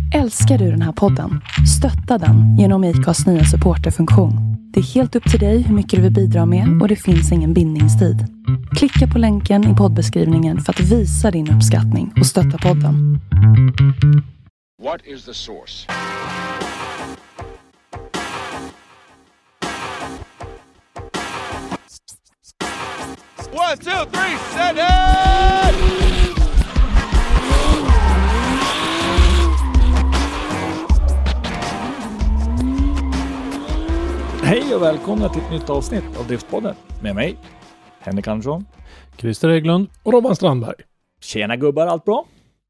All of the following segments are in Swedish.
Älskar du den här podden? Stötta den genom IKAs nya supporterfunktion. Det är helt upp till dig hur mycket du vill bidra med och det finns ingen bindningstid. Klicka på länken i poddbeskrivningen för att visa din uppskattning och stötta podden. What is the source? 1, 2, 3, set it! Hej och välkomna till ett nytt avsnitt av Driftspodden med mig, Henrik Andersson, Christer Hägglund och Robban Strandberg. Tjena gubbar, allt bra?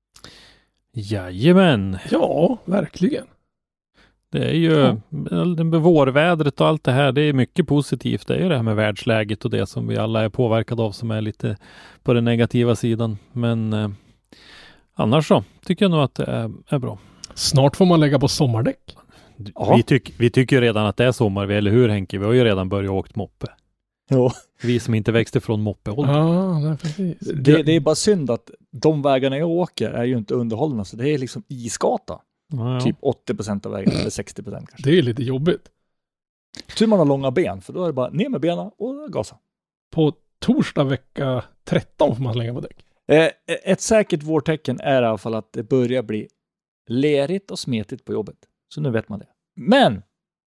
Jajamän. Ja, verkligen. Det är ju med vårvädret och allt det här, det är mycket positivt. Det är ju det här med världsläget och det som vi alla är påverkade av som är lite på den negativa sidan. Men annars så tycker jag nog att det är bra. Snart får man lägga på sommardäck. Vi tycker ju redan att det är sommar, eller hur Henke? Vi har ju redan börjat åkt moppe. Jo. Vi som inte växte från moppeåldern. Ja, precis. Det är bara synd att de vägarna jag åker är ju inte underhållna, så det är liksom isgata. Ja. Typ 80% av vägen, eller 60% kanske. Det är lite jobbigt. Tur man har långa ben, för då är det bara ner med benen och gasa. På torsdag vecka 13 får man slänga på däck. Ett säkert vårtecken är i alla fall att det börjar bli lerigt och smetigt på jobbet. Så nu vet man det. Men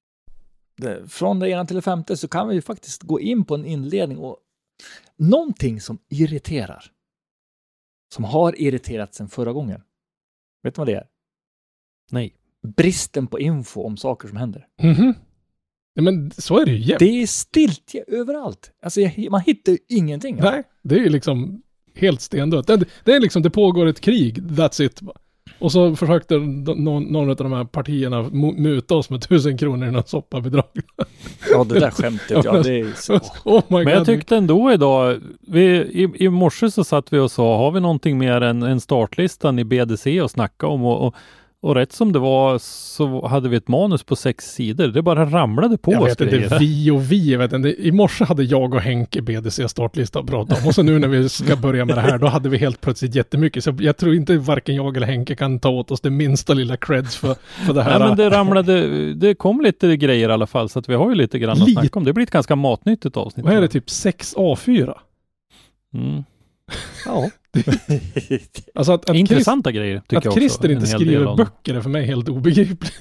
från det ena till det femte så kan vi ju faktiskt gå in på en inledning och någonting som irriterar. Som har irriterat sedan förra gången. Vet du vad det är? Nej. Bristen på info om saker som händer. Mhm. Ja, men så är det ju jämt. Det är stiltje överallt. Alltså man hittar ju ingenting. Nej, det är ju liksom helt stendött. Det är liksom, det pågår ett krig, that's it. Och så försökte någon av de här partierna muta oss med 1000 kronor i något soppabidrag. Ja, det där skämtet, ja, det är så. Oh my God. Men jag tyckte ändå idag, i morse så satt vi och sa, har vi någonting mer än startlistan i BDC att snacka om? Och rätt som det var så hade vi ett manus på 6 sidor. Det bara ramlade på oss grejer. Jag vet inte. I morse hade jag och Henke BDC startlista att prata om. Och så nu när vi ska börja med det här, då hade vi helt plötsligt jättemycket. Så jag tror inte varken jag eller Henke kan ta åt oss det minsta lilla creds för det här. Nej, men det kom lite grejer i alla fall. Så att vi har ju lite grann att snacka om. Det blir ett ganska matnyttigt avsnitt. Vad är det, typ 6 A4? Mm. Ja. Alltså att intressanta grejer tycker jag också. Att Christer inte skriver böcker är för mig helt obegripligt.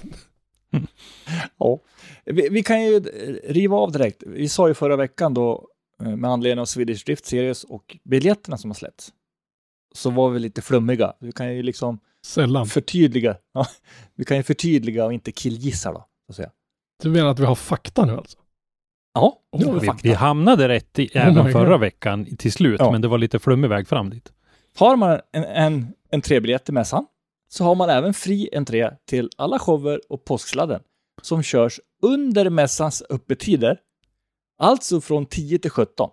Ja. Vi kan ju riva av direkt. Vi sa ju förra veckan då med anledning av Swedish Drift Series och biljetterna som har släppts. Så var vi lite flummiga. Vi kan ju liksom förtydliga. Ja, vi kan ju förtydliga och inte killgissa då, så att säga. Du menar att vi har fakta nu alltså? Ja, vi hamnade rätt även förra veckan till slut, men det var lite flummig väg fram dit. Har man en 3-biljett till mässan så har man även fri entré till alla shower och påsksladden som körs under mässans öppettider, alltså från 10 till 17.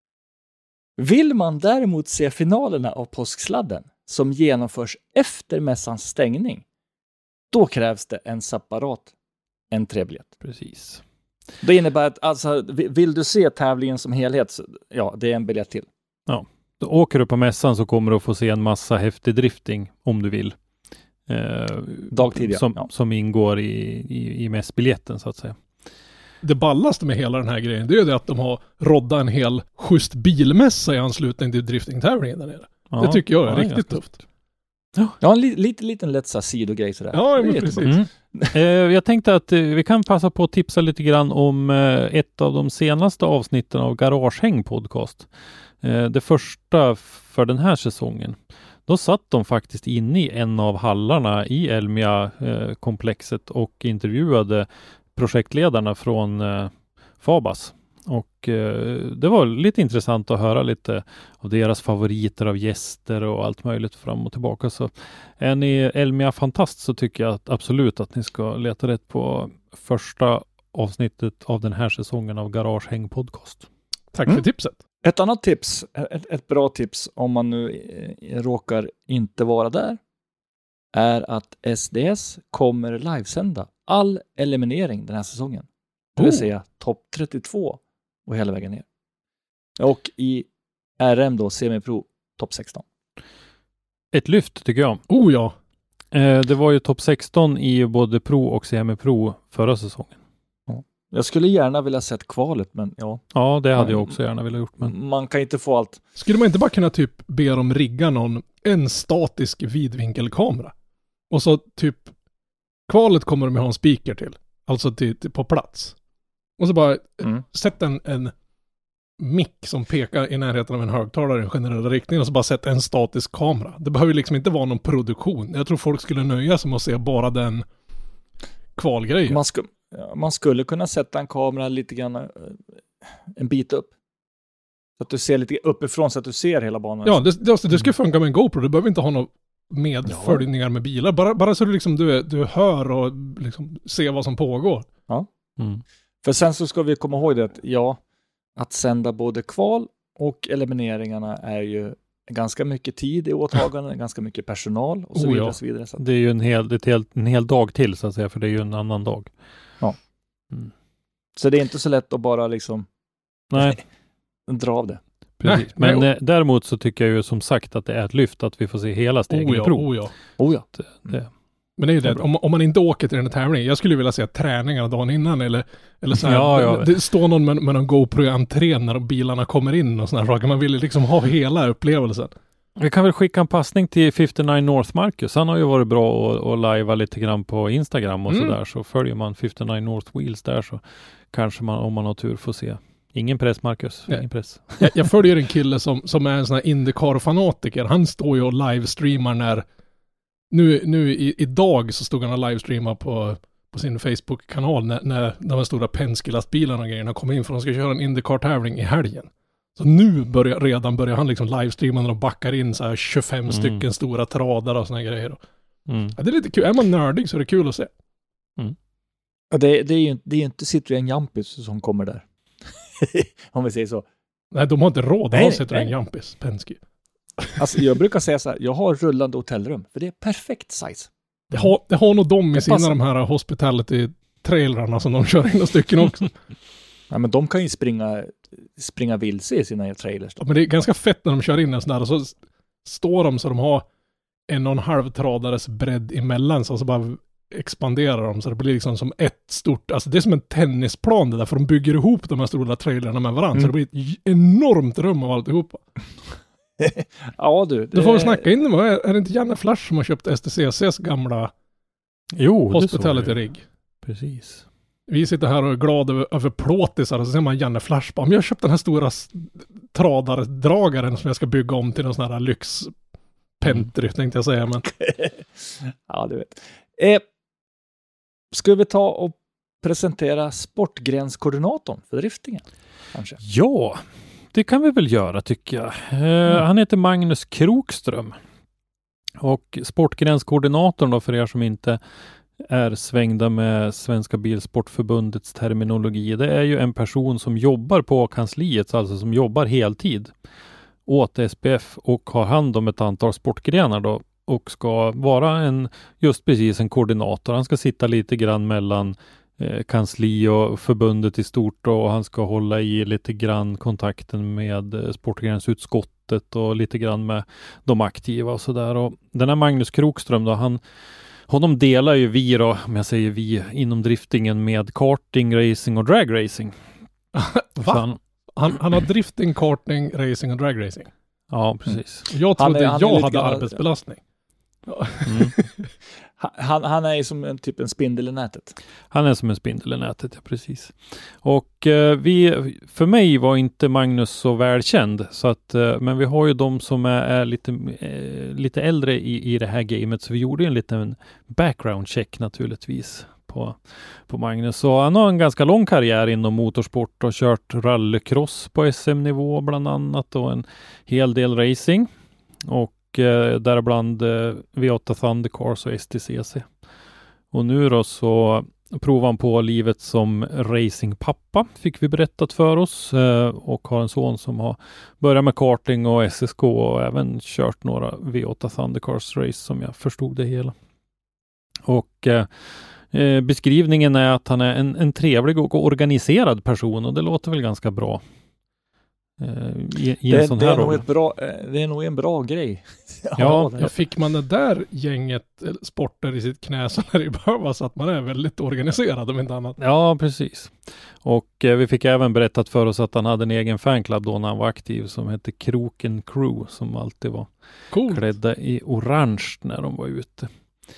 Vill man däremot se finalerna av påsksladden som genomförs efter mässans stängning, då krävs det en separat entré-biljett. Precis. Det innebär att alltså, vill du se tävlingen som helhet, ja, det är en biljett till. Ja, då åker du på mässan så kommer du att få se en massa häftig drifting om du vill. Dagtid, som ingår i mässbiljetten så att säga. Det ballaste med hela den här grejen, det är ju det att de har roddat en hel schysst bilmässa i anslutning till drifting-tävlingen där nere. Ja, det tycker jag är riktigt tufft. Ja, en liten lätt sidogrej sådär. Ja, men precis. Jag tänkte att vi kan passa på att tipsa lite grann om ett av de senaste avsnitten av Garagehäng podcast. Det första för den här säsongen. Då satt de faktiskt inne i en av hallarna i Elmia-komplexet och intervjuade projektledarna från Fabas. Och det var lite intressant att höra lite av deras favoriter av gäster och allt möjligt fram och tillbaka. Så är ni Elmia fantast så tycker jag absolut att ni ska leta rätt på första avsnittet av den här säsongen av Garagehäng podcast. Tack för tipset. Ett annat tips, ett bra tips om man nu råkar inte vara där, är att SDS kommer livesända all eliminering den här säsongen. Det vill säga topp 32 och hela vägen ner. Och i RM då, semipro, topp 16. Ett lyft tycker jag. Oh ja. Det var ju topp 16 i både Pro och Semi-Pro förra säsongen. Jag skulle gärna vilja sett kvalet, men ja. Ja, det hade jag också gärna velat gjort. Men... Man kan inte få allt. Skulle man inte bara kunna typ be dem rigga en statisk vidvinkelkamera? Och så typ kvalet kommer de ha en speaker till. Alltså till på plats. Och så bara sätt en mick som pekar i närheten av en högtalare i en generell riktning och så bara sätta en statisk kamera. Det behöver liksom inte vara någon produktion. Jag tror folk skulle nöja sig med att se bara den kvalgrejen. Man skulle kunna sätta en kamera lite grann en bit upp. Så att du ser lite uppifrån så att du ser hela banan. Ja, det ska funka med en GoPro. Du behöver inte ha några medföljningar med bilar. Bara så du liksom du hör och liksom ser vad som pågår. Ja. För sen så ska vi komma ihåg det att sända både kval och elimineringarna är ju ganska mycket tid i åtaganden, ganska mycket personal och så vidare. Och så vidare. Så det är ju en hel dag till så att säga, för det är ju en annan dag. Ja. Så det är inte så lätt att bara liksom dra av det. Precis. Men däremot så tycker jag ju som sagt att det är ett lyft att vi får se hela stegen i prov. Men det är ju det, om man inte åker till den här tävlingen, jag skulle vilja se träningarna dagen innan eller så här, det står någon med någon GoPro i entrén när bilarna kommer in och sådana saker. Man vill liksom ha hela upplevelsen. Vi kan väl skicka en passning till 59 North Marcus. Han har ju varit bra och lajva lite grann på Instagram och sådär. Så följer man 59 North Wheels där så kanske man, om man har tur, får se. Ingen press, Marcus. Ingen press. Jag följer en kille som är en sån här Indycar-fanatiker. Han står ju och livestreamar när idag så stod han och livestreamar på sin Facebook-kanal när de här stora Penske-lastbilarna och grejerna kom in för de ska köra en Indycar-tävling i helgen. Så nu börjar han liksom livestreama när de backar in så här 25 stycken stora tradar och såna grejer. Ja, det är lite kul. Är man nördig så är det kul att se. Ja, det är ju inte Citroën Jumpis som kommer där. Om vi säger så. Nej, de har inte råd att ha Citroën Jumpis, Penske. Alltså jag brukar säga så här, jag har rullande hotellrum, för det är perfekt size. Det har nog de i sina de här hospitality-trailrarna som de kör in och stycken också. Ja, men de kan ju springa vilse i sina trailers. Ja, men det är ganska fett när de kör in en sån där och så står de så de har 1,5 tradares bredd emellan så bara expanderar de så det blir liksom som ett stort, alltså det är som en tennisplan det där, för de bygger ihop de här stora trailerna med varandra så det blir ett enormt rum av alltihopa. Ja du. Då får vi snacka in det. Är det inte Janne Flash som har köpt STCCs gamla hospitality-rigg? Precis. Vi sitter här och är glada över plåtisar och så ser man Janne Flash bara, men jag har köpt den här stora tradardragaren som jag ska bygga om till någon sån här lyxpentry, tänkte jag säga. Men... ja, du vet. Ska vi ta och presentera sportgränskoordinatorn för driftingen? Kanske? Ja, det kan vi väl göra tycker jag. Han heter Magnus Krokström. Och sportgränskoordinatorn då, för er som inte är svängda med Svenska Bilsportförbundets terminologi. Det är ju en person som jobbar på kansliet, alltså som jobbar heltid åt SPF och har hand om ett antal sportgrenar då och ska vara just precis en koordinator. Han ska sitta lite grann mellan kansli och förbundet i stort och han ska hålla i lite grann kontakten med sportgränsutskottet och lite grann med de aktiva och sådär. Och den här Magnus Krokström då, honom delar ju vi då, om jag säger vi, inom driftingen med karting, racing och dragracing. Va? Han har drifting, karting, racing och dragracing? Ja, precis. Jag trodde jag hade arbetsbelastning. Han är som en spindel i nätet. Han är som en spindel i nätet, ja precis. Och för mig var inte Magnus så välkänd, så att, men vi har ju de som är lite äldre i det här gamet, så vi gjorde en liten background check naturligtvis på Magnus. Så han har en ganska lång karriär inom motorsport och kört rallycross på SM-nivå bland annat och en hel del racing. Och däribland V8 Thundercars och STCC. Och nu då så provar han på livet som racingpappa, fick vi berättat för oss, och har en son som har börjat med karting och SSK och även kört några V8 Thundercars race som jag förstod det hela. Och beskrivningen är att han är en trevlig och organiserad person och det låter väl ganska bra. i en sån här roll. Det är nog en bra grej. Ja, fick man det där gänget sporter i sitt knä så när det behövs att man är väldigt organiserad om inte annat. Ja, precis. Och vi fick även berättat för oss att han hade en egen fanclub då när han var aktiv som hette Kroken Crew, som alltid var klädda i orange när de var ute.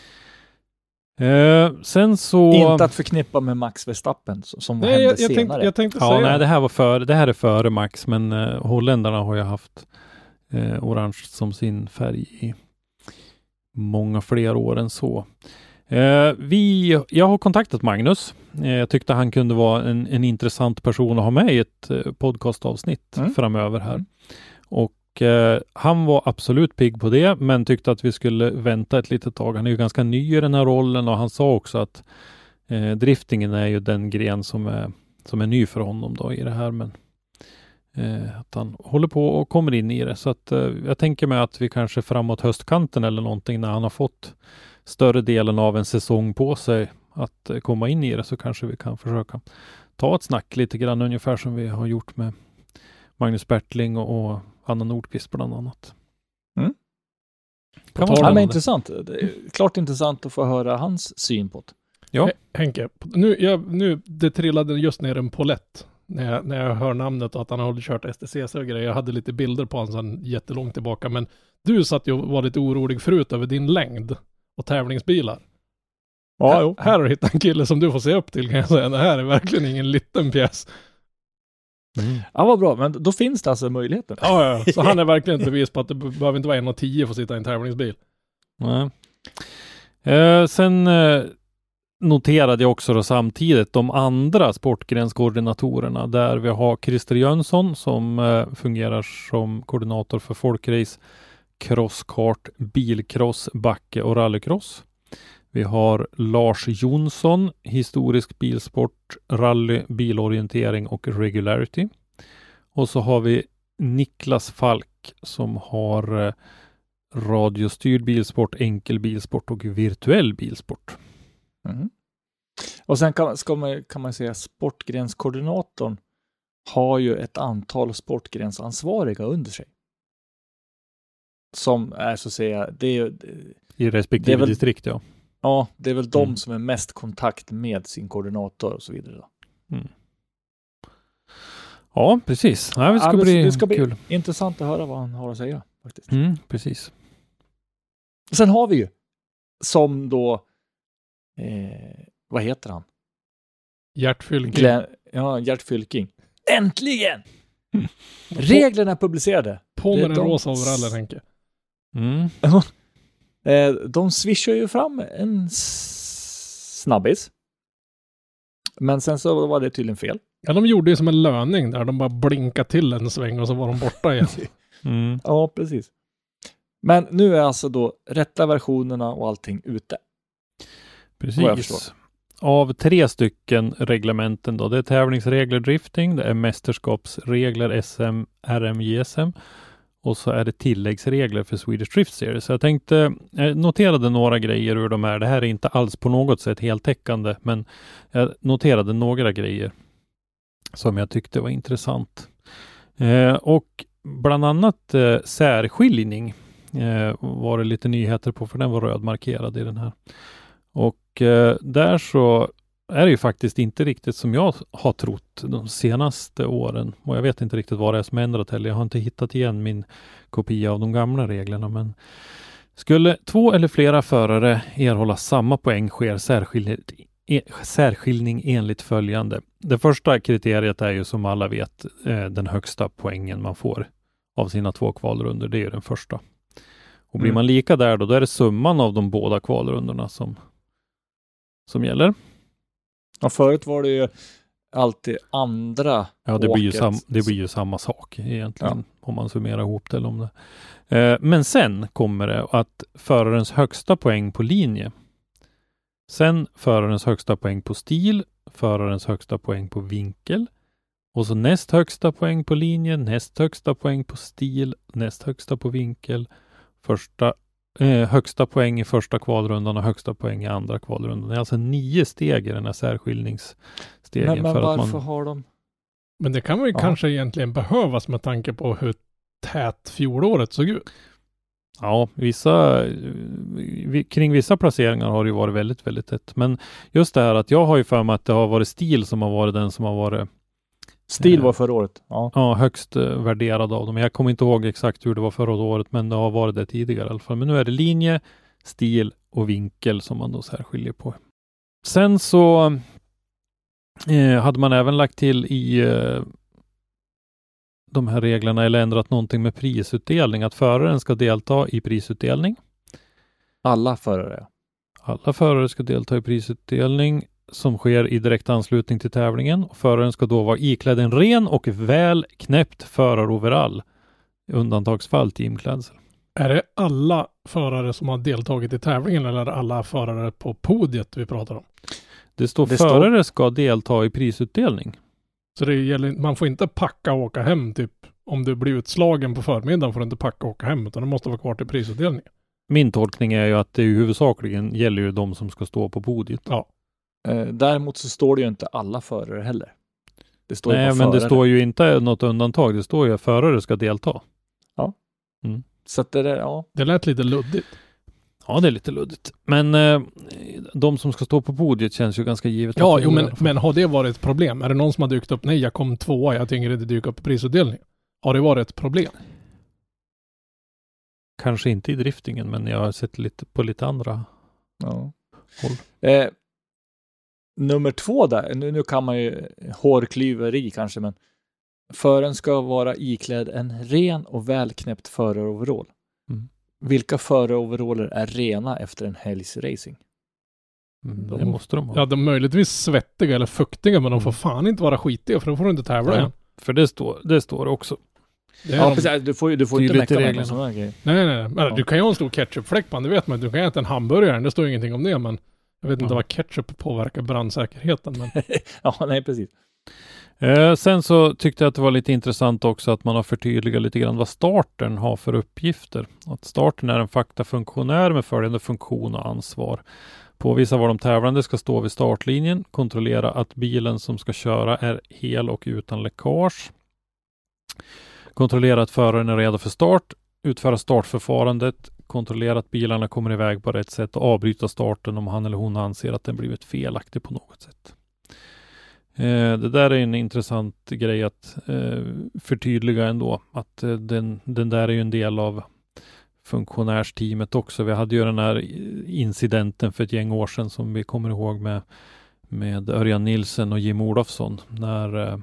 Sen så... Inte att förknippa med Max Verstappen som hände senare. Jag tänkte säga... Nej, det här är före Max, men holländarna har ju haft orange som sin färg i många fler år än så. Jag har kontaktat Magnus. Jag tyckte han kunde vara en intressant person att ha med i ett podcastavsnitt framöver här. Och han var absolut pigg på det, men tyckte att vi skulle vänta ett litet tag. Han är ju ganska ny i den här rollen och han sa också att driftingen är ju den gren som är ny för honom då i det här, men att han håller på och kommer in i det. Så att jag tänker mig att vi kanske framåt höstkanten eller någonting, när han har fått större delen av en säsong på sig att komma in i det, så kanske vi kan försöka ta ett snack lite grann ungefär som vi har gjort med Magnus Bertling och Anna Nordqvist bland annat. Kan vara men intressant. Det är klart intressant att få höra hans syn på det. Ja. Henke, nu det trillade just ner en polett när jag hör namnet och att han har kört STCC och grejer. Jag hade lite bilder på honom sedan jättelångt tillbaka, men du satt ju och var lite orolig förut över din längd och tävlingsbilar. Ja, här har du hittat en kille som du får se upp till, kan jag säga. Det här är verkligen ingen liten pjäs. Ja, vad bra. Men då finns det alltså möjligheten. Ja. Så han är verkligen ett bevis på att det behöver inte vara 1,10 för att sitta i en tävlingsbil. Nej. Sen noterade jag också då samtidigt de andra sportgrenskoordinatorerna, där vi har Christer Jönsson som fungerar som koordinator för folkrace, crosskart, bilcross, backe och rallycross. Vi har Lars Jonsson, historisk bilsport, rally, bilorientering och regularity. Och så har vi Niklas Falk som har radiostyrd bilsport, enkel bilsport och virtuell bilsport. Och sen kan man säga att sportgrenskoordinatorn har ju ett antal sportgrensansvariga under sig. Som är så att säga, i respektive distrikt, ja. Ja, det är väl de som är mest kontakt med sin koordinator och så vidare. Då. Ja, precis. Ja, det ska bli kul. Intressant att höra vad han har att säga faktiskt. Precis. Sen har vi ju som då vad heter han? Gert Fylking. Gert Fylking. Äntligen! Reglerna är publicerade. På med den rosa overallen, Henke. De swishar ju fram en snabbis. Men sen så var det tydligen fel. Ja, de gjorde ju som en löning där. De bara blinkade till en sväng och så var de borta igen. Ja, precis. Men nu är alltså då rätta versionerna och allting ute. Precis. Av 3 stycken reglementen då. Det är tävlingsregler drifting, det är mästerskapsregler SM, RM, JSM och så är det tilläggsregler för Swedish Drift Series. Så jag noterade några grejer ur de här. Det här är inte alls på något sätt heltäckande, men jag noterade några grejer som jag tyckte var intressant. Och bland annat särskiljning var det lite nyheter på, för den var rödmarkerad i den här. Och där så är det ju faktiskt inte riktigt som jag har trott de senaste åren. Och jag vet inte riktigt vad det är som ändrat heller. Jag har inte hittat igen min kopia av de gamla reglerna. Men skulle 2 eller flera förare erhålla samma poäng sker särskiljning enligt följande. Det första kriteriet är ju som alla vet den högsta poängen man får av sina 2 kvalrundor. Det är ju den första. Och blir man lika där då är det summan av de båda kvalrundorna som gäller. Ja, förut var det ju alltid andra. Ja, det blir ju samma sak egentligen om man summerar ihop det eller om det. Men sen kommer det att förarens högsta poäng på linje. Sen förarens högsta poäng på stil, förarens högsta poäng på vinkel och så näst högsta poäng på linje, näst högsta poäng på stil, näst högsta på vinkel, högsta poäng i första kvalrundan och högsta poäng i andra kvalrundan. Det är alltså 9 steg i den här särskiljningsstegen. Men varför har de? Men det kan väl kanske egentligen behövas med tanke på hur tät fjolåret såg ut. Ja, kring vissa placeringar har det ju varit väldigt, väldigt tätt. Men just det här att jag har ju för mig att det har varit Stil som har varit den som har varit Stil var förra året. Ja, högst värderad av dem. Jag kommer inte ihåg exakt hur det var förra året, men det har varit det tidigare i alla fall. Men nu är det linje, stil och vinkel som man då så här skiljer på. Sen så hade man även lagt till i de här reglerna eller ändrat någonting med prisutdelning. Att föraren ska delta i prisutdelning. Alla förare. Alla förare ska delta i prisutdelning som sker i direkt anslutning till tävlingen. Och föraren ska då vara iklädd en ren och väl knäppt föraroverall. Undantagsfall teamklädsel. Är det alla förare som har deltagit i tävlingen eller är det alla förare på podiet vi pratar om? Det står förare ska delta i prisutdelning. Så det gäller, man får inte packa och åka hem typ. Om du blir utslagen på förmiddagen får du inte packa och åka hem utan du måste vara kvar till prisutdelningen. Min tolkning är ju att det huvudsakligen gäller ju de som ska stå på podiet. Ja. Däremot så står det ju inte alla förare heller. Det står Nej, men det står ju inte något undantag. Det står ju att förare ska delta. Ja. Mm. Så att det där, ja. Det lät lite luddigt. Ja, det är lite luddigt. Men de som ska stå på podiet känns ju ganska givet. Ja, men har det varit ett problem? Är det någon som har dykt upp? Nej, jag kom 2, jag tänkte det dyka upp i prisutdelningen. Har det varit ett problem? Kanske inte i driftingen, men jag har sett lite på lite andra håll. Nummer 2 där, nu kan man ju hårklyveri kanske, men föraren ska vara iklädd en ren och välknäppt föraroverall. Mm. Vilka föraroveraller är rena efter en helgs racing? Det måste de ha. Ja, de är möjligtvis svettiga eller fuktiga, men de får fan inte vara skitiga för då får du inte tävla igen. För det står också. Ja, precis. Du får inte mäcka med sådana grejer. Nej. Men du kan ju ha en stor ketchupfläck på den, det vet man. Du kan äta en hamburgare, det står ingenting om det, men jag vet inte vad ketchup påverkar brandsäkerheten. Men... ja, nej, precis. Sen så tyckte jag att det var lite intressant också att man har förtydligat lite grann vad startern har för uppgifter. Att startern är en faktafunktionär med följande funktion och ansvar. Påvisa var de tävlande ska stå vid startlinjen. Kontrollera att bilen som ska köra är hel och utan läckage. Kontrollera att föraren är redo för start. Utföra startförfarandet. Kontrollera att bilarna kommer iväg på rätt sätt och avbryta starten om han eller hon anser att den blivit felaktig på något sätt. Det där är en intressant grej att förtydliga ändå. Att den där är ju en del av funktionärsteamet också. Vi hade ju den här incidenten för ett gäng år sedan som vi kommer ihåg med Örjan Nilsen och Jim Olofsson när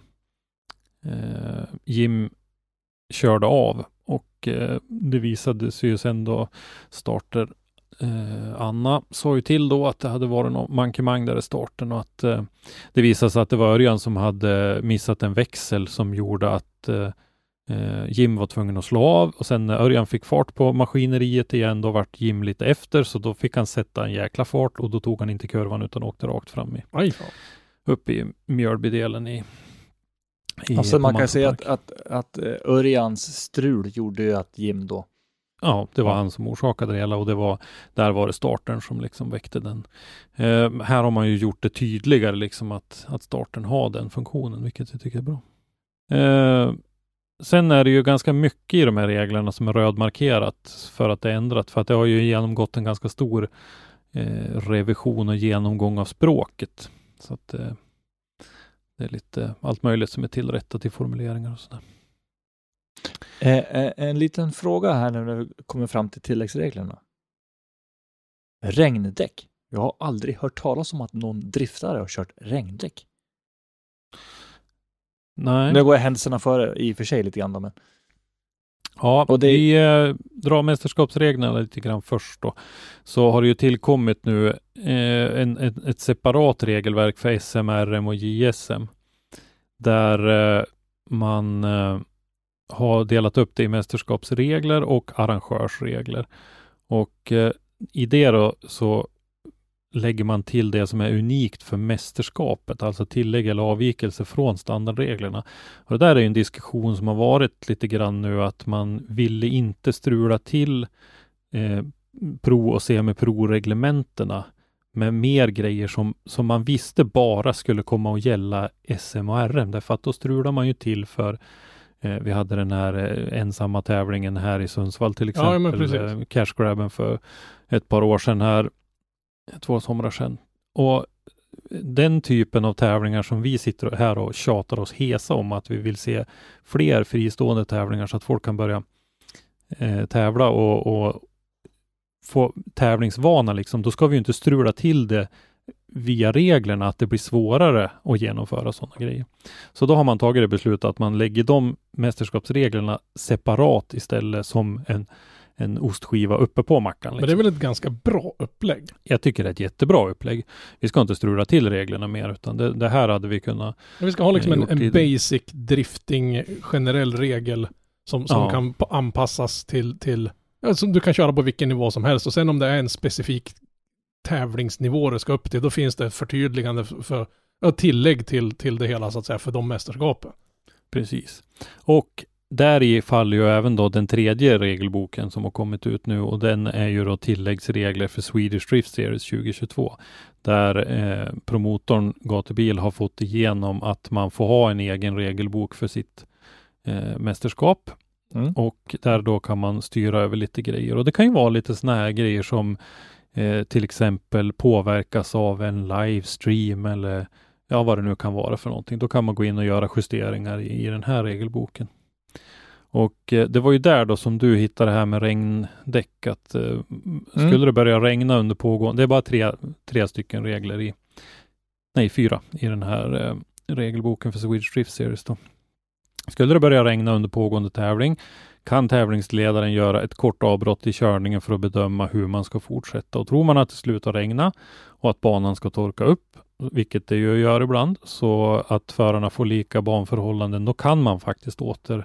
Jim körde av och det visade sig ju sen då starter Anna sa ju till då att det hade varit någon mankemang där i starten och att det visade sig att det var Örjan som hade missat en växel som gjorde att Jim var tvungen att slå av och sen när Örjan fick fart på maskineriet igen då vart Jim lite efter så då fick han sätta en jäkla fart och då tog han inte kurvan utan åkte rakt fram upp i Mjölbydelen i alltså man kan säga att Örjans strul gjorde ju att Jim då det var han som orsakade det hela och där var det starten som liksom väckte den. Här har man ju gjort det tydligare liksom att starten har den funktionen, vilket jag tycker är bra. Sen är det ju ganska mycket i de här reglerna som är rödmarkerat för att det är ändrat. För att det har ju genomgått en ganska stor revision och genomgång av språket. Så att det är lite allt möjligt som är tillrättat i formuleringar och sådär. En liten fråga här nu när vi kommer fram till tilläggsreglerna. Regndäck. Jag har aldrig hört talas om att någon driftare har kört regndäck. Nej. Nu går jag händelserna före i och för sig lite grann då, men... Ja, och vi drar mästerskapsreglerna lite grann först då. Så har det ju tillkommit nu ett separat regelverk för SMRM och JSM. Där man har delat upp det i mästerskapsregler och arrangörsregler. Och i det då så lägger man till det som är unikt för mästerskapet, alltså tillägg eller avvikelse från standardreglerna. Och det där är en diskussion som har varit lite grann nu att man ville inte strula till pro- och semi-pro-reglementerna med mer grejer som man visste bara skulle komma att gälla SM och RM. Därför att då strular man ju till för vi hade den här ensamma tävlingen här i Sundsvall till exempel. Cash grabben för ett par år sedan här. 2 somrar sedan. Och den typen av tävlingar som vi sitter här och tjatar oss hesa om att vi vill se fler fristående tävlingar så att folk kan börja tävla och få tävlingsvana liksom. Då ska vi ju inte strula till det via reglerna att det blir svårare att genomföra sådana grejer. Så då har man tagit det beslutet att man lägger de mästerskapsreglerna separat istället som en ostskiva uppe på mackan. Liksom. Men det är väl ett ganska bra upplägg? Jag tycker det är ett jättebra upplägg. Vi ska inte strula till reglerna mer utan det här hade vi kunnat vi ska ha liksom en basic drifting generell regel som kan anpassas till som du kan köra på vilken nivå som helst och sen om det är en specifik tävlingsnivå du ska upp till, då finns det ett förtydligande för tillägg till det hela så att säga för de mästerskapen. Precis. Och där i faller ju även då den tredje regelboken som har kommit ut nu och den är ju då tilläggsregler för Swedish Drift Series 2022 där promotorn Gatubil har fått igenom att man får ha en egen regelbok för sitt mästerskap och där då kan man styra över lite grejer och det kan ju vara lite såna här grejer som till exempel påverkas av en livestream eller ja vad det nu kan vara för någonting. Då kan man gå in och göra justeringar i den här regelboken. Och det var ju där då som du hittade det här med regndäck att skulle det börja regna under pågående, det är bara tre stycken regler 4 i den här regelboken för Swedish Drift Series då. Skulle det börja regna under pågående tävling kan tävlingsledaren göra ett kort avbrott i körningen för att bedöma hur man ska fortsätta. Och tror man att det slutar regna och att banan ska torka upp, vilket det ju gör ibland, så att förarna får lika banförhållanden, då kan man faktiskt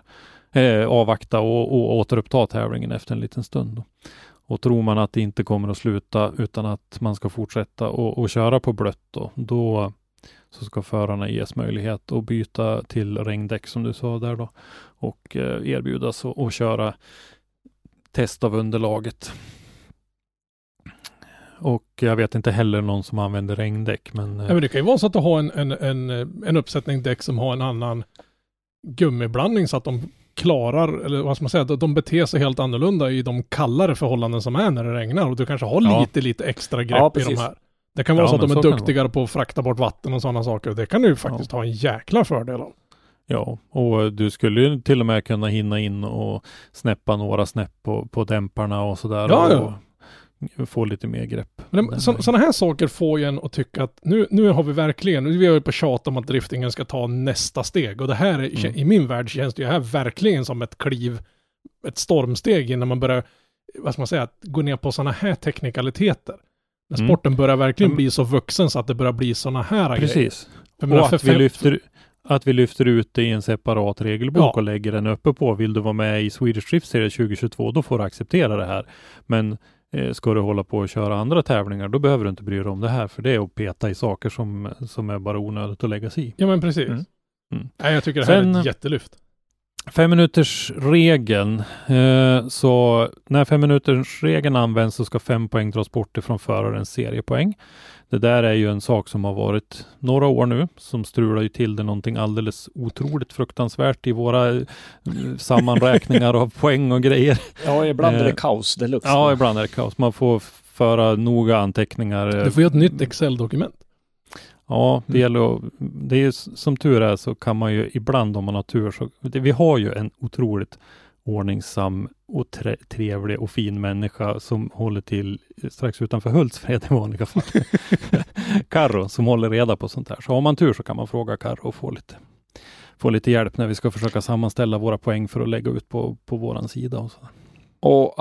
avvakta och återuppta tävlingen efter en liten stund. Då. Och tror man att det inte kommer att sluta utan att man ska fortsätta och köra på blött då så ska förarna ges möjlighet att byta till regndäck som du sa där då och erbjudas att köra test av underlaget. Och jag vet inte heller någon som använder regndäck. Men det kan ju vara så att du har en uppsättning däck som har en annan gummiblandning så att de klarar, eller vad ska man säga, att de beter sig helt annorlunda i de kallare förhållanden som är när det regnar och du kanske har lite extra grepp i de här. Det kan vara så att de är duktigare på att frakta bort vatten och sådana saker. Det kan du faktiskt ha en jäkla fördel av. Ja, och du skulle ju till och med kunna hinna in och snäppa några snäpp på dämparna och sådär. Och få lite mer grepp. Men sådana här saker får ju en att tycka att nu har vi verkligen, vi har ju på tjat om att driftingen ska ta nästa steg. Och det här, i min värld känns det ju här verkligen som ett stormsteg innan man börjar, vad ska man säga, gå ner på sådana här teknikaliteter. När sporten börjar verkligen bli så vuxen så att det börjar bli sådana här grejer. Precis. Och att vi lyfter ut det i en separat regelbok och lägger den uppe på. Vill du vara med i Swedish Drift Series 2022, då får du acceptera det här. Men ska du hålla på och köra andra tävlingar, då behöver du inte bry dig om det här. För det är att peta i saker som är bara onödigt att lägga sig i. Ja, men precis. Nej, jag tycker det här är ett jättelyft. 5 minuters regeln. Så när 5 minuters regeln används så ska 5 poäng dras bort ifrån förarens seriepoäng. Det där är ju en sak som har varit några år nu, som strular ju till det någonting alldeles otroligt fruktansvärt i våra sammanräkningar av poäng och grejer. Ja, ibland är det kaos deluxe. Ja, ibland är det kaos. Man får föra noga anteckningar. Du får ju ett nytt Excel-dokument. Ja, det är ju som tur är så kan man ju ibland om man har tur så, vi har ju en otroligt ordningsam och trevlig och fin människa som håller till strax utanför Hultsfred i vanliga fall. Karro som håller reda på sånt här. Så har man tur så kan man fråga Karro och få lite hjälp när vi ska försöka sammanställa våra poäng för att lägga ut på våran sida och så. Och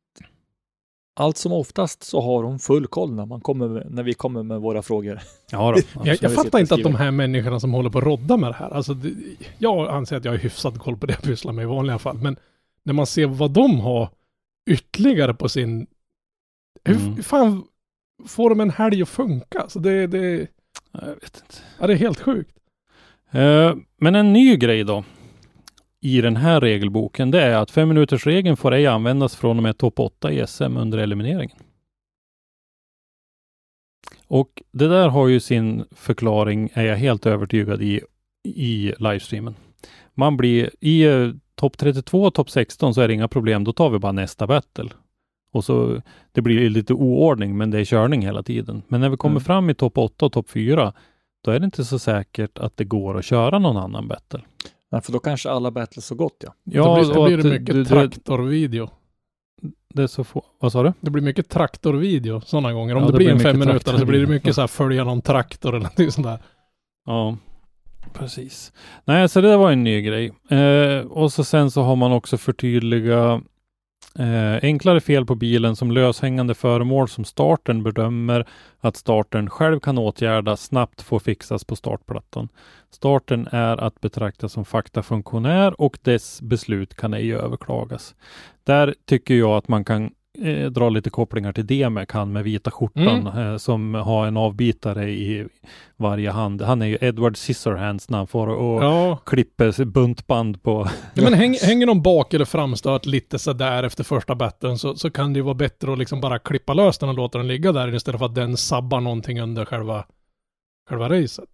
allt som oftast så har hon full koll när vi kommer med våra frågor. Ja då, jag fattar inte att de här människorna som håller på att rodda med det här. Alltså, jag anser att jag har hyfsat koll på det jag pysslar med i vanliga fall. Men när man ser vad de har ytterligare på sin... Hur fan får de en helg att funka? Så det... Jag vet inte. Ja, det är helt sjukt. Men en ny grej då i den här regelboken, det är att 5 minuters regeln får ej användas från och med topp 8 i SM under elimineringen. Och det där har ju sin förklaring, är jag helt övertygad i livestreamen. Man blir i topp 32 och topp 16 så är det inga problem. Då tar vi bara nästa battle. Och så det blir lite oordning, men det är körning hela tiden. Men när vi kommer fram i topp 8 och topp 4, då är det inte så säkert att det går att köra någon annan battle. Nej, för då kanske alla battles så gott, ja. Ja, då blir det mycket traktorvideo. Det är så få. Vad sa du? Det blir mycket traktorvideo sådana gånger. Om det blir en 5 minuter så blir det mycket så här följa någon traktor eller något sånt där. Ja, precis. Nej, så det var en ny grej. Och så sen så har man också förtydliga enklare fel på bilen som löshängande föremål som starten bedömer att starten själv kan åtgärda snabbt får fixas på startplattan. Starten är att betrakta som faktafunktionär och dess beslut kan ej överklagas. Där tycker jag att man kan dra lite kopplingar till det med vita skjortan som har en avbitare i varje hand. Han är ju Edward Scissorhands när han får och klipper buntband på. Ja, men hänger de bak eller framstört lite så där efter första batten så kan det ju vara bättre att liksom bara klippa lös den och låta den ligga där istället för att den sabbar någonting under själva racet.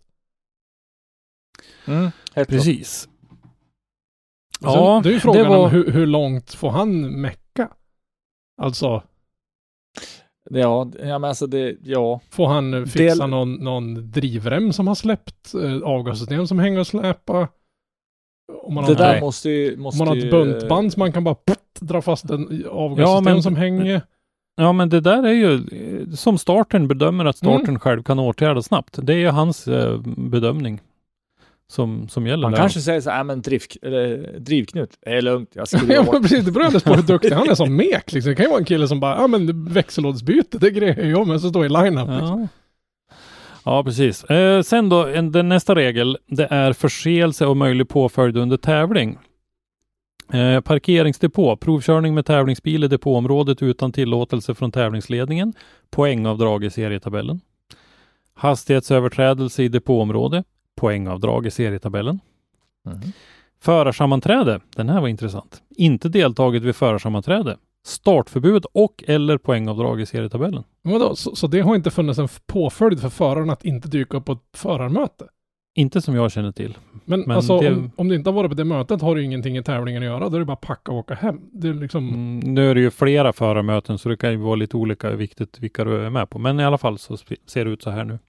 Precis. Ja, det är ju frågan om hur långt får han mecka? Alltså. Ja, men alltså Får han fixa någon drivrem som har släppt? Avgassystem som hänger och släpar? Om man har ett buntband som man kan bara dra fast en avgassystem som hänger. Ja, men det där är ju som starten bedömer att starten själv kan åtgärda snabbt. Det är ju hans bedömning som gäller. Man kanske säger så här, men drivknut. Det är lugnt. Jag skulle ja, men precis. Det beror på hur duktig han är som mek. Liksom. Det kan ju vara en kille som bara, men växellådsbyte, det grejer jag med, så står i line-up. Liksom. Ja, precis. Sen då, den nästa regel, det är förseelse och möjlig påföljd under tävling. Parkeringsdepå, provkörning med tävlingsbil i depåområdet utan tillåtelse från tävlingsledningen, poängavdrag i serietabellen. Hastighetsöverträdelse i depåområde, poängavdrag i serietabellen. Förarsammanträde, den här var intressant. Inte deltagit vid förarsammanträde. Startförbud och eller poängavdrag i serietabellen. Vadå? Så det har inte funnits en påföljd för föraren att inte dyka upp på ett förarmöte? Inte som jag känner till. Men alltså, om det inte har varit på det mötet har du ingenting i tävlingen att göra. Då är det bara packa och åka hem. Det är liksom... nu är det ju flera förarmöten så det kan ju vara lite olika viktigt vilka du är med på. Men i alla fall så ser det ut så här nu.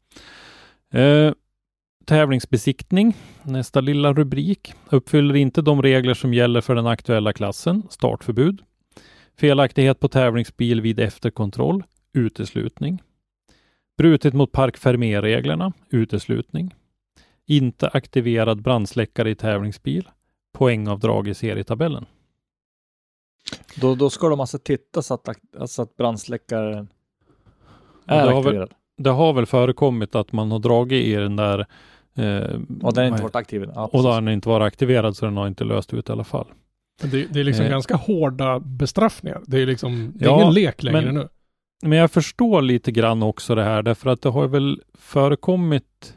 Tävlingsbesiktning, nästa lilla rubrik. Uppfyller inte de regler som gäller för den aktuella klassen. Startförbud. Felaktighet på tävlingsbil vid efterkontroll. Uteslutning. Brutit mot park-fermé-reglerna. Uteslutning. Inte aktiverad brandsläckare i tävlingsbil. Poängavdrag i serietabellen. Då ska de alltså titta så att brandsläckaren är aktiverad. Det har väl förekommit att man har dragit i den där och den har inte varit aktiv. Ja, och då har den inte varit aktiverad så den har inte löst ut i alla fall. Det är liksom ganska hårda bestraffningar. Det är liksom det är ingen lek längre nu. Men jag förstår lite grann också det här därför att det har väl förekommit